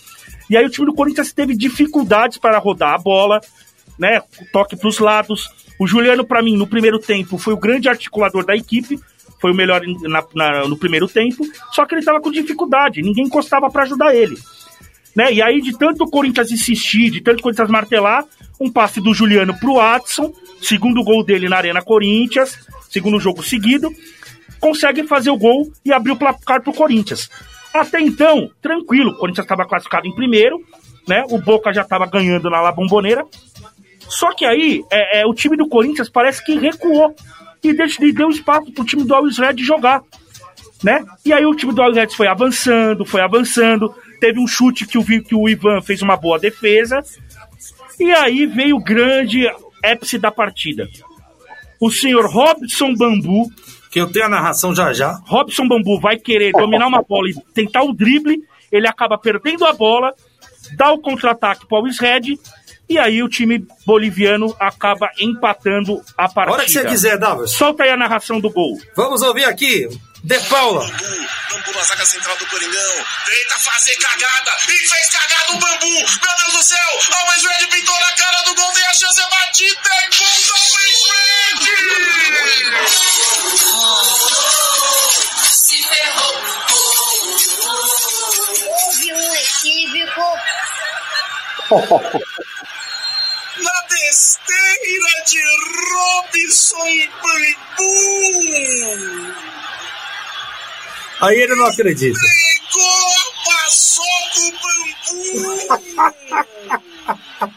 E aí o time do Corinthians teve dificuldades para rodar a bola, né? Toque para os lados. O Juliano, para mim, no primeiro tempo, foi o grande articulador da equipe, foi o melhor na, na, no primeiro tempo, só que ele estava com dificuldade, ninguém encostava para ajudar ele. Né? E aí, de tanto o Corinthians insistir, de tanto o Corinthians martelar, um passe do Juliano pro Adson, segundo gol dele na Arena Corinthians, segundo jogo seguido, consegue fazer o gol e abrir o placar pro Corinthians. Até então, tranquilo, o Corinthians estava classificado em primeiro, né? O Boca já estava ganhando na La Bombonera. Só que aí, é, é, o time do Corinthians parece que recuou e deu, deu espaço pro time do Always Red jogar, né? E aí o time do Always Red foi avançando, foi avançando, teve um chute que o, que o Ivan fez uma boa defesa, e aí veio o grande ápice da partida. O senhor Robson Bambu, que eu tenho a narração já já. Robson Bambu vai querer dominar uma bola e tentar o drible, ele acaba perdendo a bola, dá o contra-ataque para o Always Red, e aí o time boliviano acaba empatando a partida. Hora que você quiser, Davos. Solta aí a narração do gol. Vamos ouvir aqui, De Paula. Bambu, Bambu na zaga central do Coringão, tenta fazer cagada, e fez cagada o Bambu, meu Deus do céu, Always Red pintou na cara do gol, tem a chance, é batida, é gol do Always Red! Se ferrou! Houve um equívoco. Na besteira de Robson Bambu. Aí ele não acredita. Pegou, passou do Bambu.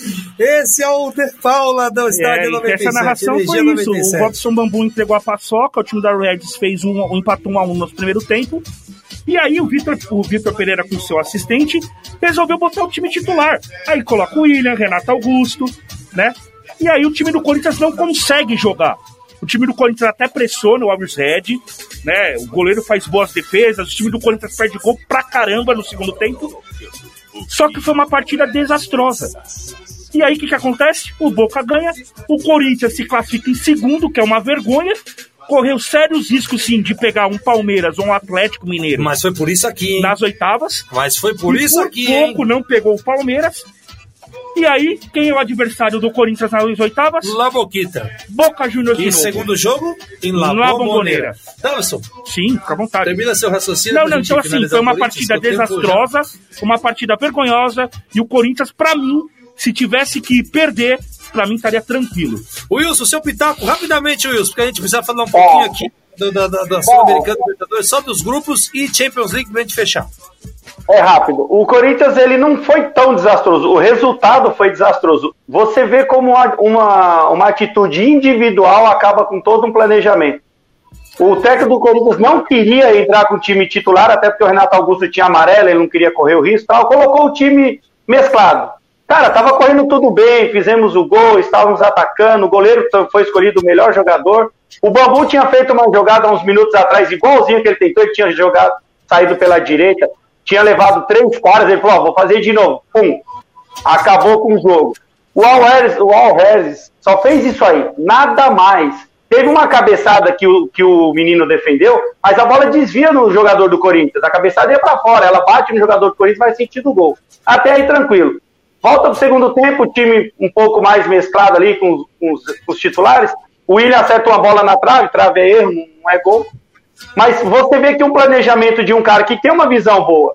Esse é o De Paula do Estádio é, noventa e sete. Essa narração foi isso. O Robson Bambu entregou a paçoca, o time da Reds fez um, um empate um a um no primeiro tempo. E aí o Vitor o Vitor Pereira, com seu assistente, resolveu botar o time titular. Aí coloca o William, Renato Augusto, né? E aí o time do Corinthians não consegue jogar. O time do Corinthians até pressiona o Always Red, né? O goleiro faz boas defesas, o time do Corinthians perde gol pra caramba no segundo tempo. Só que foi uma partida desastrosa. E aí o que, que acontece? O Boca ganha, o Corinthians se classifica em segundo, que é uma vergonha. Correu sérios riscos, sim, de pegar um Palmeiras ou um Atlético Mineiro. Mas foi por isso aqui, hein? Nas oitavas. Mas foi por e isso por aqui, pouco hein? não pegou o Palmeiras. E aí, quem é o adversário do Corinthians nas oitavas? La Boquita. Boca Juniors de E novo. segundo jogo? Em La, La Bombonera. Bombonera. Davison, sim, fica à vontade. termina seu raciocínio. Não, não, então assim, foi uma partida desastrosa, uma partida vergonhosa, e o Corinthians, pra mim, se tivesse que perder, pra mim estaria tranquilo. Wilson, seu pitaco, rapidamente, Wilson, porque a gente precisa falar um pouquinho aqui do, da, da, da Sul-Americana, só dos grupos e Champions League pra gente fechar. É rápido. O Corinthians, ele não foi tão desastroso. O resultado foi desastroso. Você vê como uma, uma, uma atitude individual acaba com todo um planejamento. O técnico do Corinthians não queria entrar com o time titular, até porque o Renato Augusto tinha amarelo, ele não queria correr o risco, tal. Colocou o time mesclado. Cara, tava correndo tudo bem, fizemos o gol, estávamos atacando, o goleiro foi escolhido o melhor jogador. O Bambu tinha feito uma jogada há uns minutos atrás, igualzinho que ele tentou, ele tinha jogado, saído pela direita, tinha levado três caras, ele falou, ó, vou fazer de novo, pum, acabou com o jogo. O Always, o Always só fez isso aí, nada mais. Teve uma cabeçada que o, que o menino defendeu, mas a bola desvia no jogador do Corinthians, a cabeçada ia pra fora, ela bate no jogador do Corinthians e vai sentindo o gol. Até aí tranquilo. Volta pro segundo tempo, o time um pouco mais mesclado ali com os, com os, com os titulares. O William acerta uma bola na trave, trave é erro, não é gol. Mas você vê que um planejamento de um cara que tem uma visão boa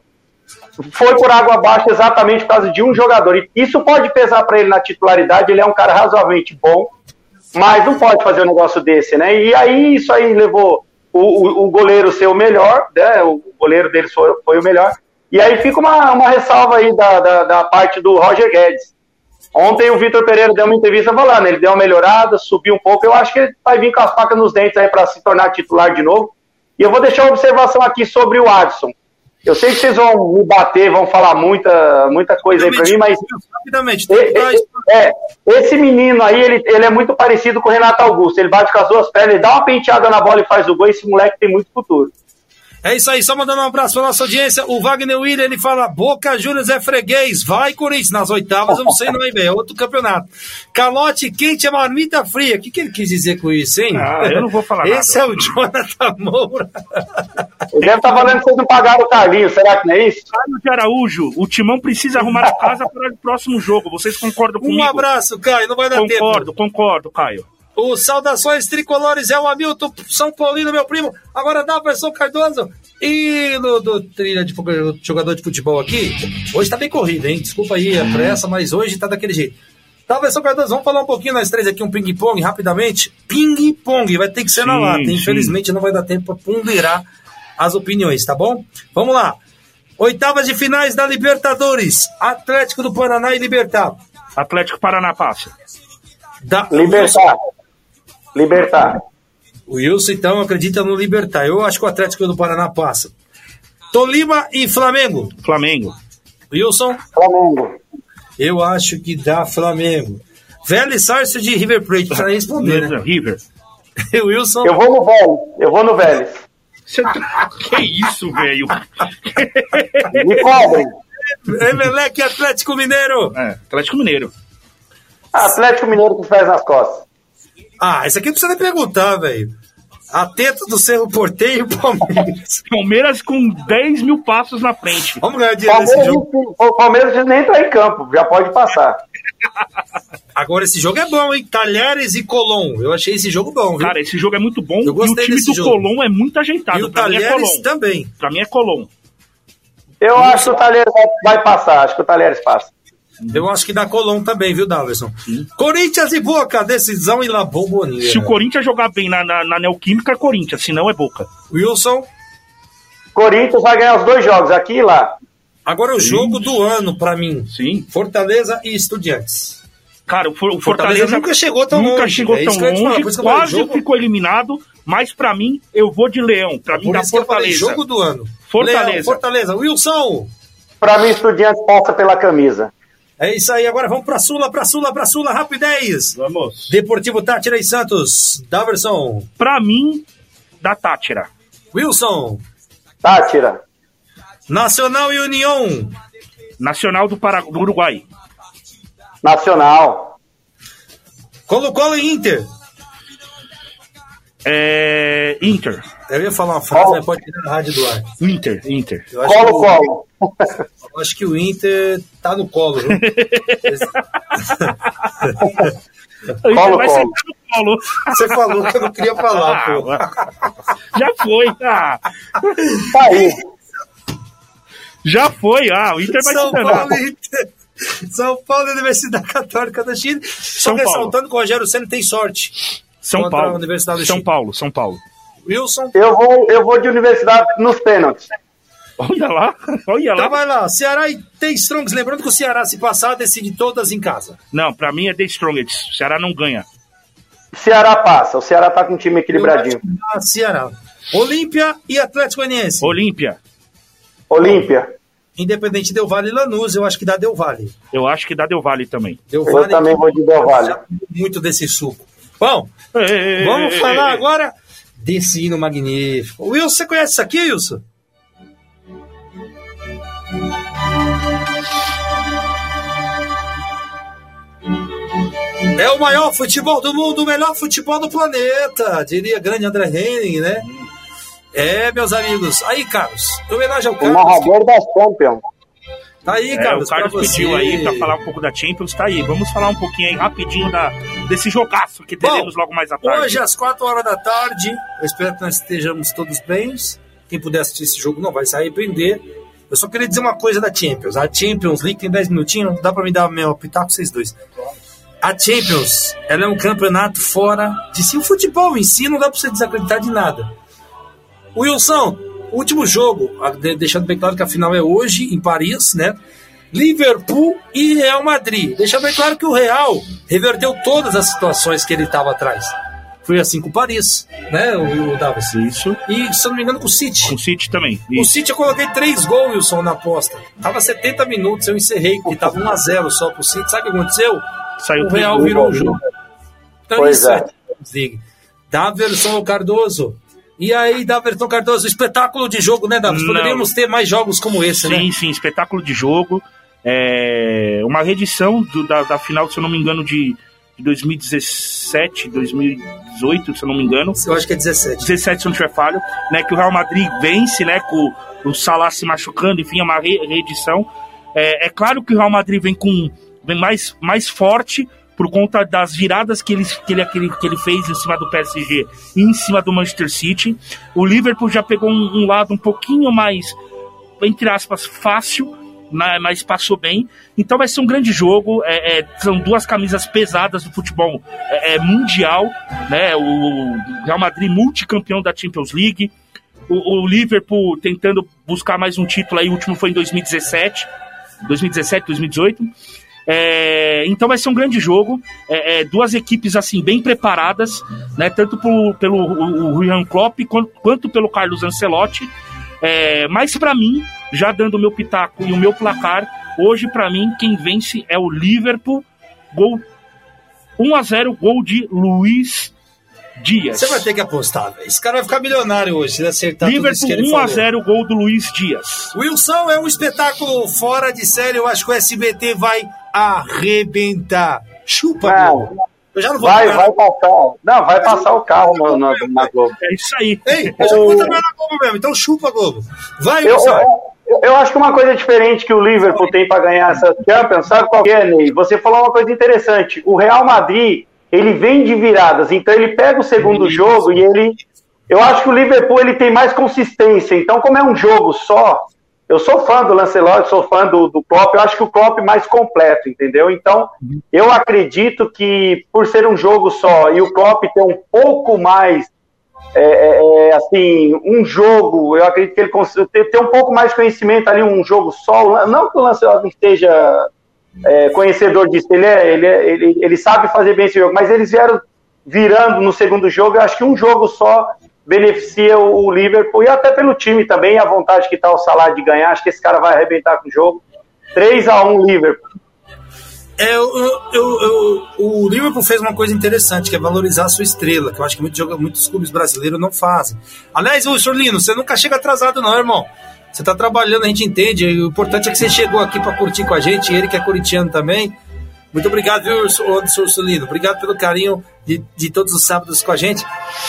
foi por água abaixo exatamente por causa de um jogador. E isso pode pesar para ele na titularidade, ele é um cara razoavelmente bom, mas não pode fazer um negócio desse, né? E aí isso aí levou o, o, o goleiro ser o melhor, né? O goleiro deles foi, foi o melhor. E aí fica uma, uma ressalva aí da, da, da parte do Roger Guedes. Ontem o Vitor Pereira deu uma entrevista falando, ele deu uma melhorada, subiu um pouco, eu acho que ele vai vir com as facas nos dentes aí para se tornar titular de novo. E eu vou deixar uma observação aqui sobre o Adson. Eu sei que vocês vão me bater, vão falar muita, muita coisa aí pra mim, mas... Rapidamente, esse, é, esse menino aí, ele, ele é muito parecido com o Renato Augusto. Ele bate com as duas pernas, ele dá uma penteada na bola e faz o gol. Esse moleque tem muito futuro. É isso aí, só mandando um abraço pra nossa audiência. O Wagner William, ele fala, Boca Juniors é freguês, vai Corinthians, nas oitavas, eu não sei não, hein, velho, é outro campeonato. Calote quente é marmita fria. O que, que ele quis dizer com isso, hein? Ah, eu não vou falar Esse nada. é o Jonathan Moura. Ele deve estar falando que vocês não pagaram o Carlinhos, será que não é isso? Caio de Araújo, o Timão precisa arrumar a casa para o próximo jogo. Vocês concordam comigo? Um abraço, Caio, não vai dar concordo, tempo. Concordo, concordo, Caio. O Saudações Tricolores é o Hamilton São Paulino, meu primo. Agora dá a versão Cardoso. E no do trilha de jogador de futebol aqui, hoje tá bem corrido, hein? Desculpa aí a pressa, mas hoje tá daquele jeito. Tá, versão Cardoso, vamos falar um pouquinho nós três aqui, um ping-pong, rapidamente. Ping-pong, vai ter que ser sim, na lata. Sim. Infelizmente não vai dar tempo pra ponderar as opiniões, tá bom? Vamos lá. Oitavas de finais da Libertadores. Atlético do Paraná e Libertad. Atlético Paraná passa. Da... Libertad. Libertad. O Wilson, então, acredita no Libertad. Eu acho que o Atlético do Paraná passa. Tolima e Flamengo. Flamengo. Wilson? Flamengo. Eu acho que dá Flamengo. Vélez Sarsfield de River Plate. Precisa responder, né? River. Wilson? Eu vou no Vélez. Eu vou no Vélez. Você... Que isso, velho? Me cobrem. Emelec e Atlético Mineiro. É, Atlético Mineiro. Atlético Mineiro com os pés nas costas. Ah, isso aqui não precisa nem perguntar, velho. Atento do Cerro Porteiro e Palmeiras. Palmeiras com dez mil passos na frente. Vamos ganhar dinheiro nesse jogo. O Palmeiras nem entra em campo, já pode passar. Agora esse jogo é bom, hein? Talheres e Colón. Eu achei esse jogo bom, viu? Cara, esse jogo é muito bom. Eu gostei e o time desse do jogo. Colón é muito ajeitado. E o pra Talheres mim é Colón. também. Pra mim é Colón. Eu Isso. acho que o Talheres vai passar. Acho que o Talheres passa. Eu acho que dá Colón também, viu, Daverson? Corinthians e Boca, decisão em La Bombonera. Se o Corinthians jogar bem na, na, na Neoquímica, é Corinthians, se não é Boca. Wilson? Corinthians vai ganhar os dois jogos, aqui e lá. Agora o Sim. jogo do ano, pra mim. Sim. Fortaleza e Estudiantes. Cara, o, For- o Fortaleza, Fortaleza nunca chegou tão nunca longe. chegou é tão longe, quase jogo... ficou eliminado, mas pra mim, eu vou de Leão. Pra mim, Por dá isso Fortaleza. Que eu falei, jogo do ano. Fortaleza. Leão, Fortaleza. Wilson? Pra mim, Estudiantes passa pela camisa. É isso aí, agora vamos pra Sula, pra Sula, pra Sula, rapidez. Vamos. Deportivo Tátira e Santos. Daverson. Pra mim, da Tátira. Wilson. Tátira. Nacional e União. Nacional do, Pará... do Uruguai. Nacional. Colo-Colo e Inter. É... Inter. Eu ia falar uma frase, mas pode tirar na rádio do ar. Inter, Inter. Colo-Colo. Eu acho que o Inter tá no colo, viu? O Inter vai sentar no colo. Você falou que eu não queria falar, pô. Já foi, ah. Tá aí. Já foi, ah. O Inter vai São se Paulo e Inter. São Paulo e Universidade Católica do Chile. Só ressaltando que o Rogério Ceni tem sorte. São Paulo. Universidade do São Chile. Paulo, São Paulo. Wilson? Eu vou, eu vou de Universidade nos pênaltis. Olha lá, olha lá. Então vai lá, Ceará e The Strongs. Lembrando que o Ceará, se passar, decide todas em casa. Não, pra mim é The Strongest. O Ceará não ganha. Ceará passa. O Ceará tá com um time equilibradinho. Ah, Ceará. Olímpia e Atlético Goianiense. Olímpia. Olímpia. Independente Del Valle e Lanús, eu acho que dá Del Valle. Eu acho que dá Del Valle também. Del eu Valle também vou de Del Valle. Muito desse suco. Bom, ei, vamos ei, falar ei, agora desse hino magnífico. Wilson, você conhece isso aqui, Wilson? É o maior futebol do mundo, o melhor futebol do planeta, diria grande André Henning, né? É, meus amigos. Aí, Carlos, em homenagem ao O Carlos. narrador da Champions. Tá aí, é, Carlos. O Carlos pediu você... aí pra falar um pouco da Champions, tá aí. Vamos falar um pouquinho aí, rapidinho, da, desse jogaço que teremos Bom, logo mais à tarde. Hoje, às quatro horas da tarde, eu espero que nós estejamos todos bem. Quem puder assistir esse jogo não vai se arrepender. Eu só queria dizer uma coisa da Champions. A Champions League tem dez minutinhos, dá pra me dar meu pitaco vocês dois. A Champions, ela é um campeonato fora de si. O futebol em si não dá pra você desacreditar de nada. Wilson, último jogo, deixando bem claro que a final é hoje, em Paris, né? Liverpool e Real Madrid. Deixando bem claro que o Real reverteu todas as situações que ele estava atrás. Foi assim com o Paris, né, o, o Davis? Isso. E, se eu não me engano, com o City. Com o City também. Isso. O City eu coloquei três gols, Wilson, na aposta. Tava setenta minutos, eu encerrei, porque tava um a zero só pro City. Sabe o que aconteceu? Saiu o Real gol, virou gol, o jogo. Então pois isso é. é. Daverson Cardoso. E aí, Daverson Cardoso, espetáculo de jogo, né, Daverson? Poderíamos ter mais jogos como esse, sim, né? Sim, sim, espetáculo de jogo. É uma reedição do, da, da final, se eu não me engano, de de dois mil e dezessete, dois mil e dezoito, se eu não me engano. Eu acho que é dezessete. dezessete, se eu não tiver falho, né, que o Real Madrid vence, né, com o Salah se machucando, enfim, é uma re- reedição. É, é claro que o Real Madrid vem com vem mais, mais forte por conta das viradas que ele, que, ele, que, ele, que ele fez em cima do P S G e em cima do Manchester City. O Liverpool já pegou um, um lado um pouquinho mais, entre aspas, fácil, mas passou bem. Então vai ser um grande jogo. É, é, são duas camisas pesadas do futebol é, é, mundial, né? O Real Madrid multicampeão da Champions League, o, o Liverpool tentando buscar mais um título aí. O último foi em dois mil e dezessete, dois mil e dezessete, dois mil e dezoito. É, então vai ser um grande jogo. É, é, duas equipes assim bem preparadas, né? Tanto por, pelo o, o Jurgen Klopp quanto, quanto pelo Carlos Ancelotti. É, mas para mim, já dando o meu pitaco e o meu placar, hoje para mim quem vence é o Liverpool. Gol um a zero, gol de Luiz Dias. Você vai ter que apostar, velho. Esse cara vai ficar milionário hoje, se ele acertar Liverpool, tudo isso que ele um a falou. zero, gol do Luiz Dias. Wilson, é um espetáculo fora de série. Eu acho que o S B T vai arrebentar. Chupa, Globo. Eu já não vou vai, pagar. vai passar. Não, vai passar o carro no, no, na Globo. É isso aí. Ei, eu já não vou trabalhar na Globo mesmo, então chupa, Globo. Vai, Eu, Wilson. eu, eu acho que uma coisa diferente que o Liverpool tem para ganhar essa Champions, sabe qual que é, Ney? Você falou uma coisa interessante. O Real Madrid, ele vem de viradas, então ele pega o segundo jogo e ele... Eu acho que o Liverpool ele tem mais consistência. Então, como é um jogo só, eu sou fã do Lancelotti, sou fã do, do Klopp, eu acho que o Klopp é mais completo, entendeu? Então, eu acredito que por ser um jogo só e o Klopp ter um pouco mais, é, é, assim, um jogo, eu acredito que ele consiga ter, ter um pouco mais de conhecimento ali, um jogo só, não que o Lancelotti esteja é, conhecedor disso, ele, é, ele, é, ele, ele sabe fazer bem esse jogo, mas eles vieram virando no segundo jogo, eu acho que um jogo só beneficia o Liverpool e até pelo time também, a vontade que está o Salah de ganhar, acho que esse cara vai arrebentar com o jogo. três a um Liverpool. É, eu, eu, eu, o Liverpool fez uma coisa interessante, que é valorizar a sua estrela, que eu acho que muitos, muitos clubes brasileiros não fazem. Aliás, ô Sorlino, você nunca chega atrasado não, irmão. Você tá trabalhando, a gente entende. O importante é que você chegou aqui para curtir com a gente, ele que é corintiano também. Muito obrigado, viu, senhor Sorlino? Obrigado pelo carinho de, de todos os sábados com a gente.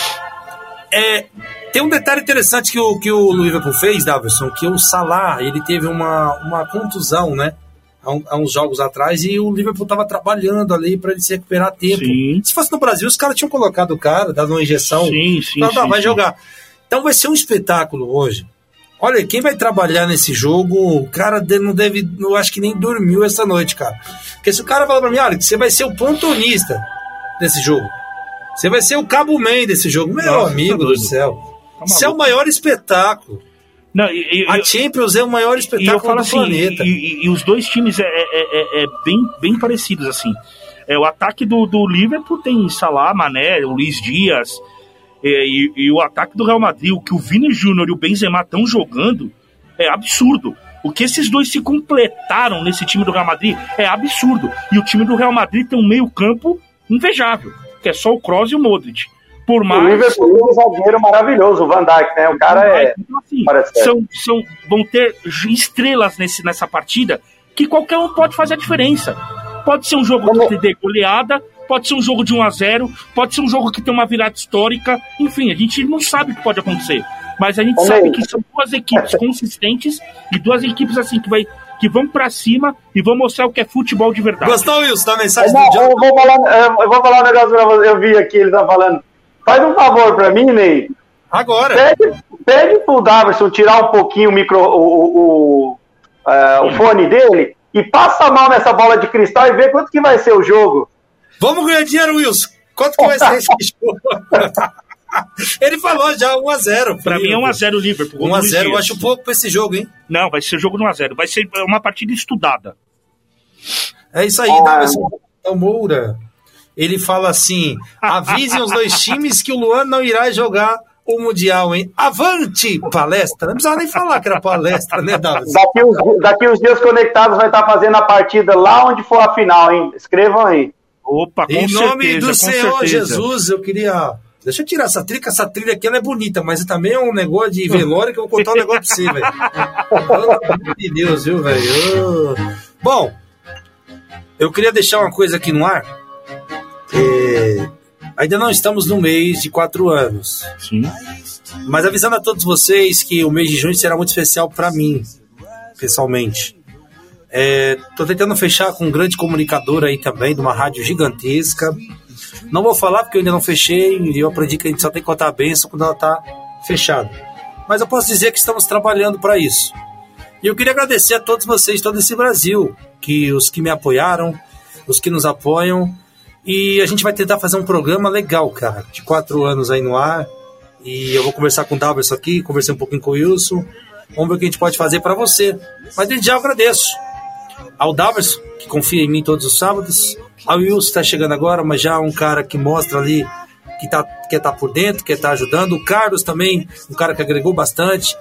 É, tem um detalhe interessante que o, que o Liverpool fez, Davidson, que o Salah, ele teve uma, uma contusão, né, há, um, há uns jogos atrás, e o Liverpool estava trabalhando ali para ele se recuperar a tempo. Sim. Se fosse no Brasil, os caras tinham colocado o cara, dado uma injeção, sim, sim, não, não, sim, vai sim. jogar. Então vai ser um espetáculo hoje. Olha, quem vai trabalhar nesse jogo, o cara não deve, eu acho que nem dormiu essa noite, cara. Porque se o cara falar pra mim, olha, você vai ser o plantonista desse jogo, você vai ser o Cabo Man desse jogo. Meu Nossa, amigo tá do céu. Tá Isso é o maior espetáculo. Não, e, e, a Champions é o maior espetáculo e eu falo do assim, planeta. E, e, e os dois times é, é, é, é bem, bem parecidos, assim. É, o ataque do, do Liverpool tem Salah, Mané, o Luiz Dias. É, e, e o ataque do Real Madrid, o que o Vini Júnior e o Benzema estão jogando, é absurdo. O que esses dois se completaram nesse time do Real Madrid é absurdo. E o time do Real Madrid tem um meio campo invejável, que é só o Kroos e o Modric. Por mais... O Liverpool é um zagueiro maravilhoso, o Van Dijk, né? O cara é... Então, assim, são, são, vão ter estrelas nesse, nessa partida que qualquer um pode fazer a diferença. Pode ser um jogo Como... que dê goleada, pode ser um jogo de um a zero, pode ser um jogo que tem uma virada histórica. Enfim, a gente não sabe o que pode acontecer. Mas a gente Como sabe é? que são duas equipes consistentes e duas equipes assim que, vai, que vão pra cima e vão mostrar o que é futebol de verdade. Gostou, Wilson, da mensagem Não, do John? eu, vou falar, eu vou falar um negócio pra você. Eu vi aqui, ele tá falando. Faz um favor pra mim, Ney. Agora. Pede, pede pro Daverson tirar um pouquinho o, micro, o, o, o, uh, o fone dele e passa a mão nessa bola de cristal e vê quanto que vai ser o jogo. Vamos ganhar dinheiro, Wilson. Quanto que vai ser esse jogo? Ele falou já um a zero. Pra mim é um a zero Liverpool. um a zero, eu acho pouco pra esse jogo, hein? Não, vai ser jogo de um a zero. Vai ser uma partida estudada. É isso aí, Ah. Daverson. Então, Moura, ele fala assim, avisem os dois times que o Luan não irá jogar o Mundial, hein? Avante, palestra. Não precisava nem falar que era palestra, né, Daverson? Daqui uns, daqui uns dias conectados vai estar fazendo a partida lá onde for a final, hein? Escrevam aí. Opa, com Em certeza, nome do com Senhor certeza. Jesus, eu queria... Deixa eu tirar essa trilha, que essa trilha aqui ela é bonita, mas também é um negócio de velório que eu vou contar um negócio pra você, velho. Pelo amor de Deus, viu, velho? Bom, eu queria deixar uma coisa aqui no ar. É, ainda não estamos no mês de quatro anos. Sim. Mas avisando a todos vocês que o mês de junho será muito especial para mim, pessoalmente. Estou é, tentando fechar com um grande comunicador aí também, de uma rádio gigantesca. Não vou falar porque eu ainda não fechei, e eu aprendi que a gente só tem que contar a bênção quando ela está fechada. Mas eu posso dizer que estamos trabalhando para isso. E eu queria agradecer a todos vocês, todo esse Brasil, que os que me apoiaram, os que nos apoiam. E a gente vai tentar fazer um programa legal, cara, de quatro anos aí no ar. E eu vou conversar com o Daverson aqui, conversei um pouquinho com o Wilson. Vamos ver o que a gente pode fazer para você. Mas desde já eu agradeço ao Daverson, que confia em mim todos os sábados. Ao Wilson, que está chegando agora, mas já um cara que mostra ali que tá, quer estar tá por dentro, quer estar tá ajudando. O Carlos também, um cara que agregou bastante.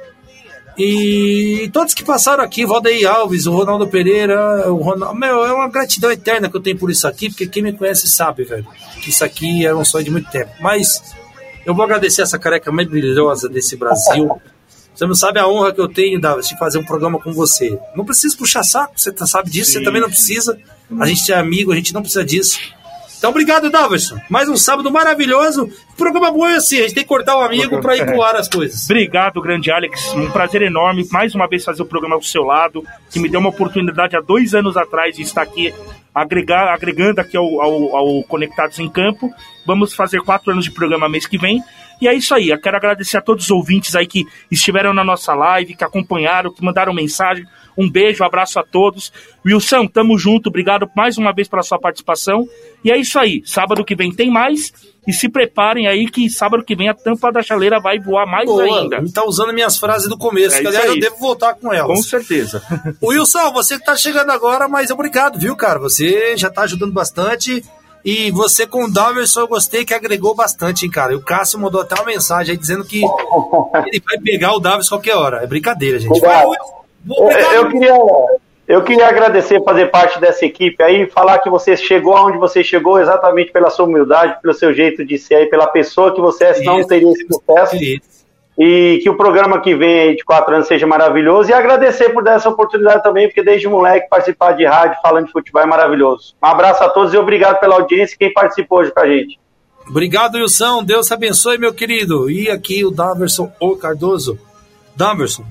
E todos que passaram aqui, Valdeir Alves, o Ronaldo Pereira, o Ronaldo, meu, é uma gratidão eterna que eu tenho por isso aqui, porque quem me conhece sabe, velho, que isso aqui era um sonho de muito tempo. Mas eu vou agradecer essa careca mais brilhosa desse Brasil. Você não sabe a honra que eu tenho, Davi, de fazer um programa com você. Não preciso puxar saco, você sabe disso, Sim. Você também não precisa. A gente é amigo, a gente não precisa disso. Então, obrigado, Daverson. Mais um sábado maravilhoso. O programa bom é assim, a gente tem que cortar o amigo para ir pro ar as coisas. Obrigado, grande Alex. Um prazer enorme, mais uma vez, fazer o programa ao seu lado, que me deu uma oportunidade há dois anos atrás de estar aqui, agregar, agregando aqui ao, ao, ao Conectados em Campo. Vamos fazer quatro anos de programa mês que vem. E é isso aí, eu quero agradecer a todos os ouvintes aí que estiveram na nossa live, que acompanharam, que mandaram mensagem. Um beijo, um abraço a todos. Wilson, tamo junto, obrigado mais uma vez pela sua participação. E é isso aí, sábado que vem tem mais. E se preparem aí que sábado que vem a tampa da chaleira vai voar mais Boa, ainda. Tá usando minhas frases do começo, é que aliás eu devo voltar com elas. Com certeza. Wilson, você que tá chegando agora, mas obrigado, viu, cara? Você já tá ajudando bastante. E você com o Daverson eu gostei que agregou bastante, hein, cara. E o Cássio mandou até uma mensagem aí dizendo que ele vai pegar o Daverson qualquer hora. É brincadeira, gente. Vai, eu, eu, queria, eu queria agradecer fazer parte dessa equipe aí, falar que você chegou aonde você chegou exatamente pela sua humildade, pelo seu jeito de ser aí, pela pessoa que você é, senão não teria esse sucesso. E que o programa que vem aí de quatro anos seja maravilhoso. E agradecer por dar essa oportunidade também, porque desde moleque participar de rádio falando de futebol é maravilhoso. Um abraço a todos e obrigado pela audiência e quem participou hoje com a gente. Obrigado, Wilson. Deus te abençoe, meu querido. E aqui o Daverson O Cardoso. Daverson,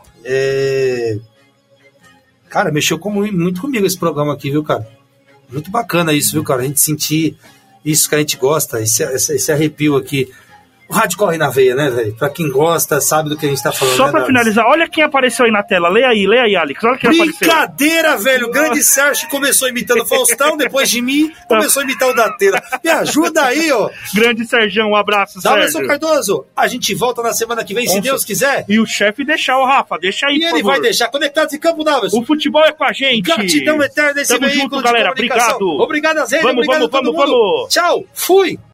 é... cara, mexeu com, muito comigo esse programa aqui, viu, cara? Muito bacana isso, viu, cara? A gente sentir isso que a gente gosta, esse, esse, esse arrepio aqui. O rádio corre na veia, né, velho? Pra quem gosta, sabe do que a gente tá falando. Só né, pra Davis? finalizar, olha quem apareceu aí na tela. Lê aí, lê aí, Alex. Olha quem Brincadeira, apareceu. velho. O grande Sérgio começou imitando o Faustão, depois de mim, começou a imitar o Datena. Me ajuda aí, ó. Grande Sergião, um abraço, Sérgio. Daverson Cardoso, a gente volta na semana que vem, se Deus quiser. E o chefe deixar, o Rafa, deixa aí, E ele vai deixar. Conectados em Campo, Daverson. O futebol é com a gente. Gratidão eterna esse Tamo veículo junto, de galera. comunicação. Obrigado. Obrigado a Zé, vamos, obrigado vamos, a todo vamos, mundo. vamos. Tchau, fui.